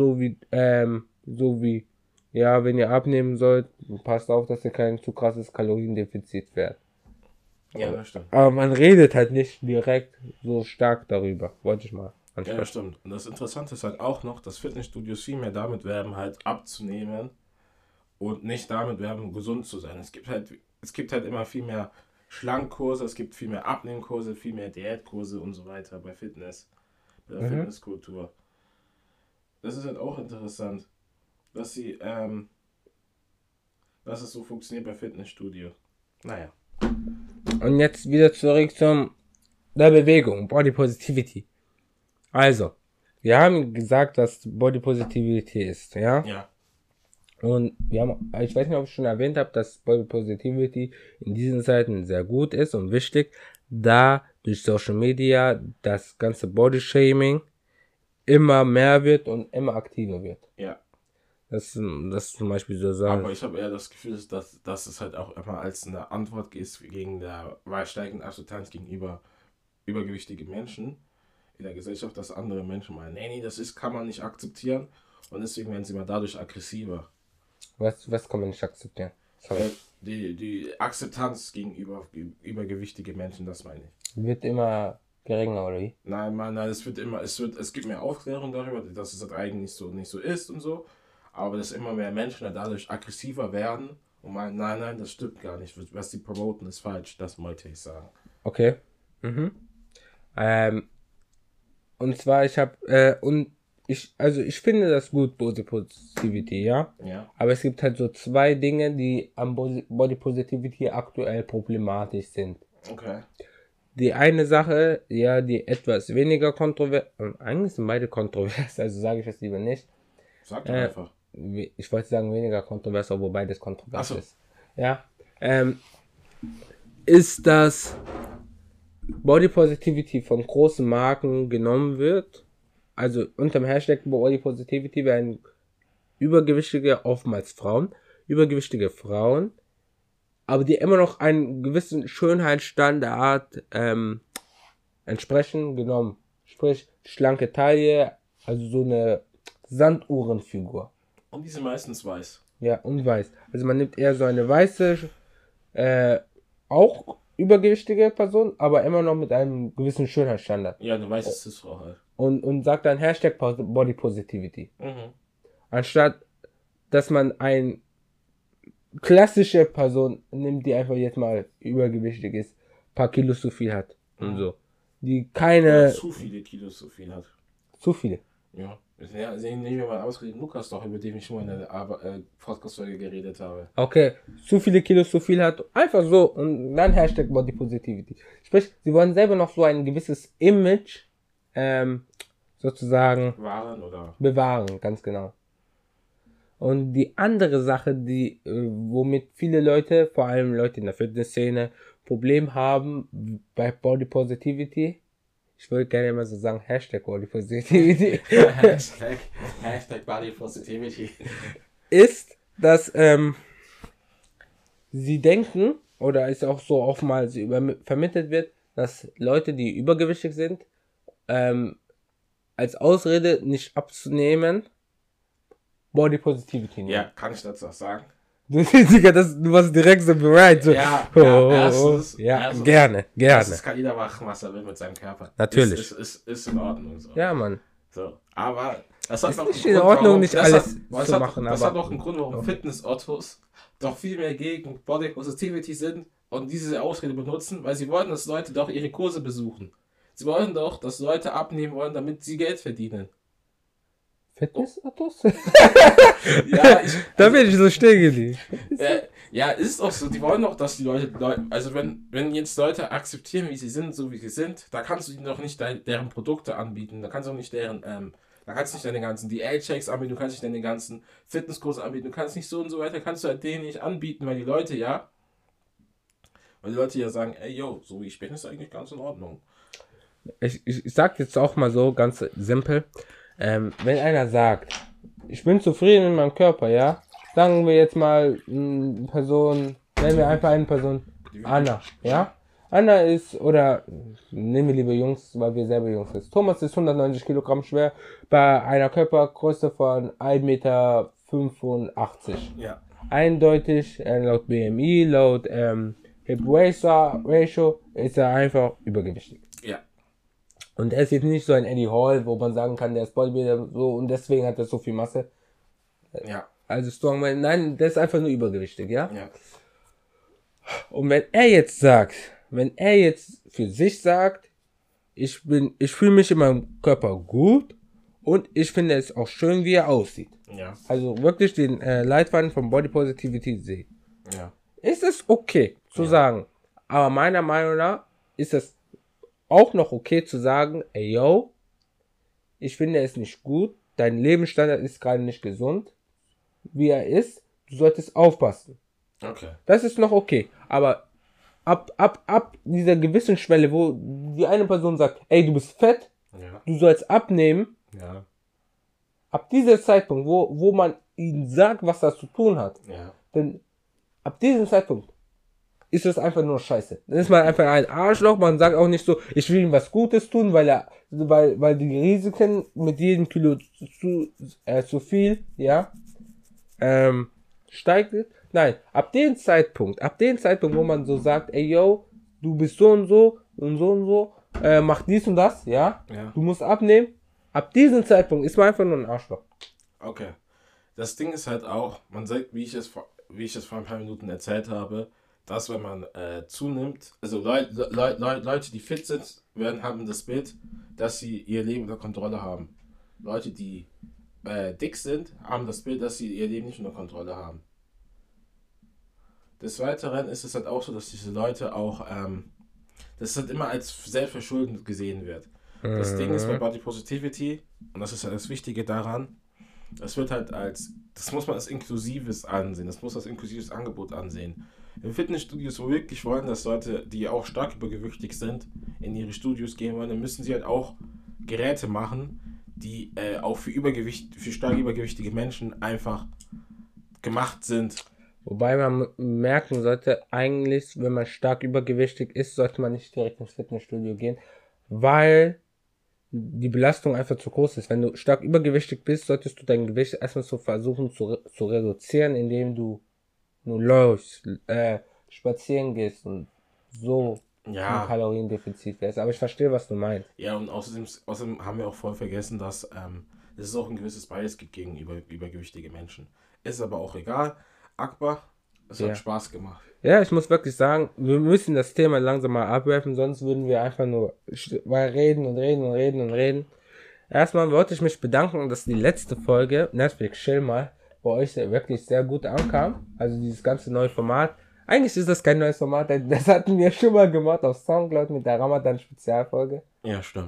S1: ja, wenn ihr abnehmen sollt, passt auf, dass ihr kein zu krasses Kaloriendefizit werdet.
S2: Ja, das stimmt.
S1: Aber man redet halt nicht direkt so stark darüber, wollte ich mal ansprechen.
S2: Ja, das stimmt. Und das Interessante ist halt auch noch, dass Fitnessstudios viel mehr damit werben, halt abzunehmen und nicht damit werben, gesund zu sein. Es gibt halt immer viel mehr Schlankkurse, es gibt viel mehr Abnehmkurse, viel mehr Diätkurse und so weiter bei der Fitnesskultur. Das ist halt auch interessant, dass es so funktioniert bei Fitnessstudio. Naja.
S1: Und jetzt wieder zurück der Bewegung, Body Positivity. Also, wir haben gesagt, dass Body Positivity ist, ja?
S2: Ja.
S1: Und ich weiß nicht, ob ich schon erwähnt habe, dass Body Positivity in diesen Zeiten sehr gut ist und wichtig, da durch Social Media das ganze Body Shaming immer mehr wird und immer aktiver wird.
S2: Ja.
S1: Das zum Beispiel so sagen.
S2: Aber ich habe eher das Gefühl, dass es halt auch immer als eine Antwort ist gegen der steigenden Akzeptanz gegenüber übergewichtige Menschen in der Gesellschaft, dass andere Menschen meinen, nee, das kann man nicht akzeptieren und deswegen werden sie mal dadurch aggressiver.
S1: Was kann man nicht akzeptieren? Sorry.
S2: Die Akzeptanz gegenüber übergewichtige Menschen, das meine ich.
S1: Wird immer geringer, oder wie?
S2: Nein, es gibt mehr Aufklärung darüber, dass es halt eigentlich nicht so ist und so. Aber dass immer mehr Menschen dadurch aggressiver werden und meinen, nein, das stimmt gar nicht. Was die promoten, ist falsch. Das wollte ich sagen.
S1: Okay. Und zwar, ich finde das gut, Body Positivity, ja?
S2: Ja.
S1: Aber es gibt halt so zwei Dinge, die am Body Positivity aktuell problematisch sind.
S2: Okay.
S1: Die eine Sache, ja, die etwas weniger kontrovers, eigentlich sind beide kontrovers, also sage ich das lieber nicht.
S2: Sag doch einfach.
S1: Ich wollte sagen weniger kontrovers, obwohl beides kontrovers
S2: So.
S1: ist. Ja. Ist, dass Body Positivity von großen Marken genommen wird. Also unter dem Hashtag Body Positivity werden oftmals übergewichtige Frauen, aber die immer noch einen gewissen Schönheitsstandard entsprechen, genommen. Sprich, schlanke Taille, also so eine Sanduhrenfigur.
S2: Und die sind meistens weiß.
S1: Ja, und weiß. Also man nimmt eher so eine weiße, auch übergewichtige Person, aber immer noch mit einem gewissen Schönheitsstandard.
S2: Ja, eine weiße Cis-Frau halt.
S1: Und sagt dann Hashtag Body Positivity. Anstatt, dass man eine klassische Person nimmt, die einfach jetzt mal übergewichtig ist, paar Kilos zu viel hat und so. Die keine...
S2: Zu viele Kilos zu viel hat.
S1: Zu viele.
S2: Ja. Nehmen wir mal ausgerechnet Lukas doch, über den ich schon mal in der Podcast-Folge geredet habe.
S1: Okay, zu viele Kilos zu viel hat, einfach so und dann Hashtag Body Positivity. Sprich, sie wollen selber noch so ein gewisses Image sozusagen bewahren, ganz genau. Und die andere Sache, womit viele Leute, vor allem Leute in der Fitnessszene, Problem haben bei Body Positivity, ich würde gerne immer so sagen, Hashtag Body Positivity.
S2: Hashtag Body Positivity.
S1: Ist, dass sie denken, oder es auch so oftmals vermittelt wird, dass Leute, die übergewichtig sind, als Ausrede nicht abzunehmen, Body Positivity nehmen.
S2: Ja, kann ich dazu was sagen?
S1: Du warst direkt so bereit. So.
S2: Erstens,
S1: gerne.
S2: Das kann jeder machen, was er will mit seinem Körper.
S1: Natürlich.
S2: Ist in Ordnung. So.
S1: Ja, Mann.
S2: So, aber das hat noch
S1: nicht in Ordnung, nicht alles zu machen.
S2: Das hat auch einen Grund, warum Fitness-Ottos doch viel mehr gegen Body Positivity sind und diese Ausrede benutzen, weil sie wollen, dass Leute doch ihre Kurse besuchen. Sie wollen doch, dass Leute abnehmen wollen, damit sie Geld verdienen.
S1: Fitness-Autos?
S2: Ja,
S1: da bin ich so stehen geblieben.
S2: Ja, ist auch so. Die wollen doch, dass die Leute, also wenn jetzt Leute akzeptieren, wie sie sind, so wie sie sind, da kannst du ihnen doch nicht deren Produkte anbieten. Da kannst du auch nicht da kannst du nicht deine ganzen DL-Checks anbieten, du kannst nicht deine ganzen Fitnesskurse anbieten, du kannst nicht so und so weiter, kannst du halt denen nicht anbieten, weil die Leute ja sagen, ey, yo, so wie ich bin, ist eigentlich ganz in Ordnung.
S1: Ich sag jetzt auch mal so, ganz simpel, wenn einer sagt, ich bin zufrieden mit meinem Körper, ja, sagen wir jetzt mal nennen wir einfach eine Person, Anna, ja? Anna ist, oder nehmen wir lieber Jungs, weil wir selber Jungs sind. Thomas ist 190 Kilogramm schwer bei einer Körpergröße von 1,85 Meter.
S2: Ja.
S1: Eindeutig, laut BMI, laut Hip-Waist-Ratio ist er einfach übergewichtig.
S2: Ja.
S1: Und er ist jetzt nicht so ein Eddie Hall, wo man sagen kann, der ist Bodybuilder so und deswegen hat er so viel Masse.
S2: Ja.
S1: Also Strongman, nein, der ist einfach nur übergewichtig, ja?
S2: Ja.
S1: Und wenn er jetzt für sich sagt, ich fühle mich in meinem Körper gut und ich finde es auch schön, wie er aussieht.
S2: Ja.
S1: Also wirklich den Leitfaden von Body Positivity sehe.
S2: Ja.
S1: Ist es okay zu sagen. Aber meiner Meinung nach ist es auch noch okay zu sagen, ey yo, ich finde es nicht gut, dein Lebensstandard ist gerade nicht gesund, wie er ist, du solltest aufpassen.
S2: Okay.
S1: Das ist noch okay. Aber ab dieser gewissen Schwelle, wo die eine Person sagt, ey, du bist fett, du sollst abnehmen, ab dieser Zeitpunkt, wo man ihm sagt, was das zu tun hat, denn ab diesem Zeitpunkt ist das einfach nur Scheiße. Dann ist man einfach ein Arschloch, man sagt auch nicht so, ich will ihm was Gutes tun, weil die Risiken mit jedem Kilo zu viel, steigt. Nein, ab dem Zeitpunkt, wo man so sagt, ey yo, du bist so und so und so und so, mach dies und das, du musst abnehmen. Ab diesem Zeitpunkt ist man einfach nur ein Arschloch.
S2: Okay. Das Ding ist halt auch, man sagt, wie ich es vor ein paar Minuten erzählt habe, dass wenn man zunimmt, also Leute, die fit sind, haben das Bild, dass sie ihr Leben unter Kontrolle haben. Leute, die dick sind, haben das Bild, dass sie ihr Leben nicht unter Kontrolle haben. Des Weiteren ist es halt auch so, dass diese Leute auch, das halt immer als selbstverschuldend gesehen wird. Das Ding ist bei Body Positivity, und das ist ja das Wichtige daran, das wird halt das muss man als inklusives ansehen, das muss als inklusives Angebot ansehen. In Fitnessstudios, wo wirklich wollen, dass Leute, die auch stark übergewichtig sind, in ihre Studios gehen wollen, dann müssen sie halt auch Geräte machen, die auch für stark übergewichtige Menschen einfach gemacht sind.
S1: Wobei man merken sollte, eigentlich, wenn man stark übergewichtig ist, sollte man nicht direkt ins Fitnessstudio gehen, weil die Belastung einfach zu groß ist. Wenn du stark übergewichtig bist, solltest du dein Gewicht erstmal so versuchen zu reduzieren, indem du nur läufst, spazieren gehst und so ein Kaloriendefizit wärst. Aber ich verstehe, was du meinst.
S2: Ja, und außerdem haben wir auch voll vergessen, dass es auch ein gewisses Bias gibt gegenüber übergewichtige Menschen. Ist aber auch egal. Akbar, es hat Spaß gemacht.
S1: Ja, ich muss wirklich sagen, wir müssen das Thema langsam mal abwerfen, sonst würden wir einfach nur reden. Erstmal wollte ich mich bedanken, dass die letzte Folge, Netflix Chill mal, bei euch wirklich sehr gut ankam. Also dieses ganze neue Format. Eigentlich ist das kein neues Format, das hatten wir schon mal auf Soundcloud mit der Ramadan-Spezialfolge.
S2: Ja, stimmt.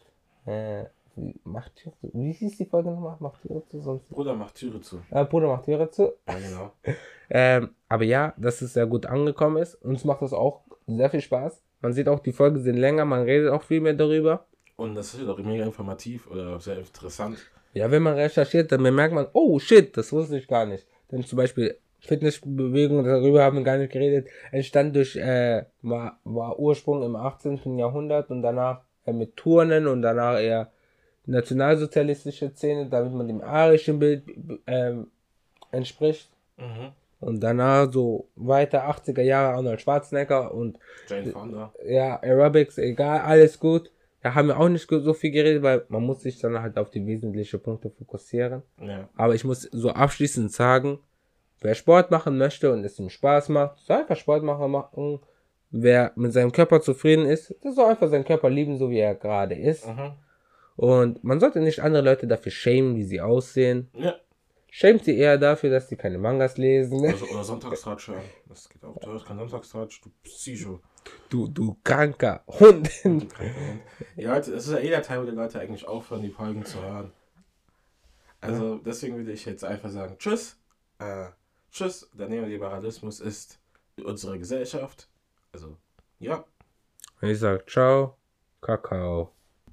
S1: Wie hieß die Folge nochmal? Macht Türe zu, sonst.
S2: Bruder macht Türe zu.
S1: Bruder macht Türe zu.
S2: Ja, genau.
S1: Aber ja, dass es sehr gut angekommen ist. Uns macht das auch sehr viel Spaß. Man sieht auch, die Folgen sind länger, man redet auch viel mehr darüber.
S2: Und das ist auch mega informativ oder sehr interessant.
S1: Ja, wenn man recherchiert, dann merkt man, oh shit, das wusste ich gar nicht. Denn zum Beispiel Fitnessbewegung, darüber haben wir gar nicht geredet, entstand war Ursprung im 18. Jahrhundert und danach mit Turnen und danach eher nationalsozialistische Szene, damit man dem arischen Bild entspricht.
S2: Mhm.
S1: Und danach so weiter 80er Jahre Arnold Schwarzenegger und
S2: Jane Fonda.
S1: Ja, Aerobics, egal, alles gut. Da haben wir auch nicht so viel geredet, weil man muss sich dann halt auf die wesentlichen Punkte fokussieren.
S2: Ja.
S1: Aber ich muss so abschließend sagen, wer Sport machen möchte und es ihm Spaß macht, soll einfach Sport machen. Wer mit seinem Körper zufrieden ist, der soll einfach seinen Körper lieben, so wie er gerade ist.
S2: Mhm.
S1: Und man sollte nicht andere Leute dafür schämen, wie sie aussehen.
S2: Ja.
S1: Schämt sie eher dafür, dass sie keine Mangas lesen.
S2: Oder Sonntagstratsch hören. Das geht auch. Du hörst keinen Sonntagstratsch, du Psycho.
S1: Du kranker Hund.
S2: Ja, es ist ja der Teil, wo die Leute eigentlich aufhören, die Folgen zu hören. Also deswegen würde ich jetzt einfach sagen, tschüss. Tschüss, der Neoliberalismus ist unsere Gesellschaft. Also, ja.
S1: Und ich sag ciao, Kakao.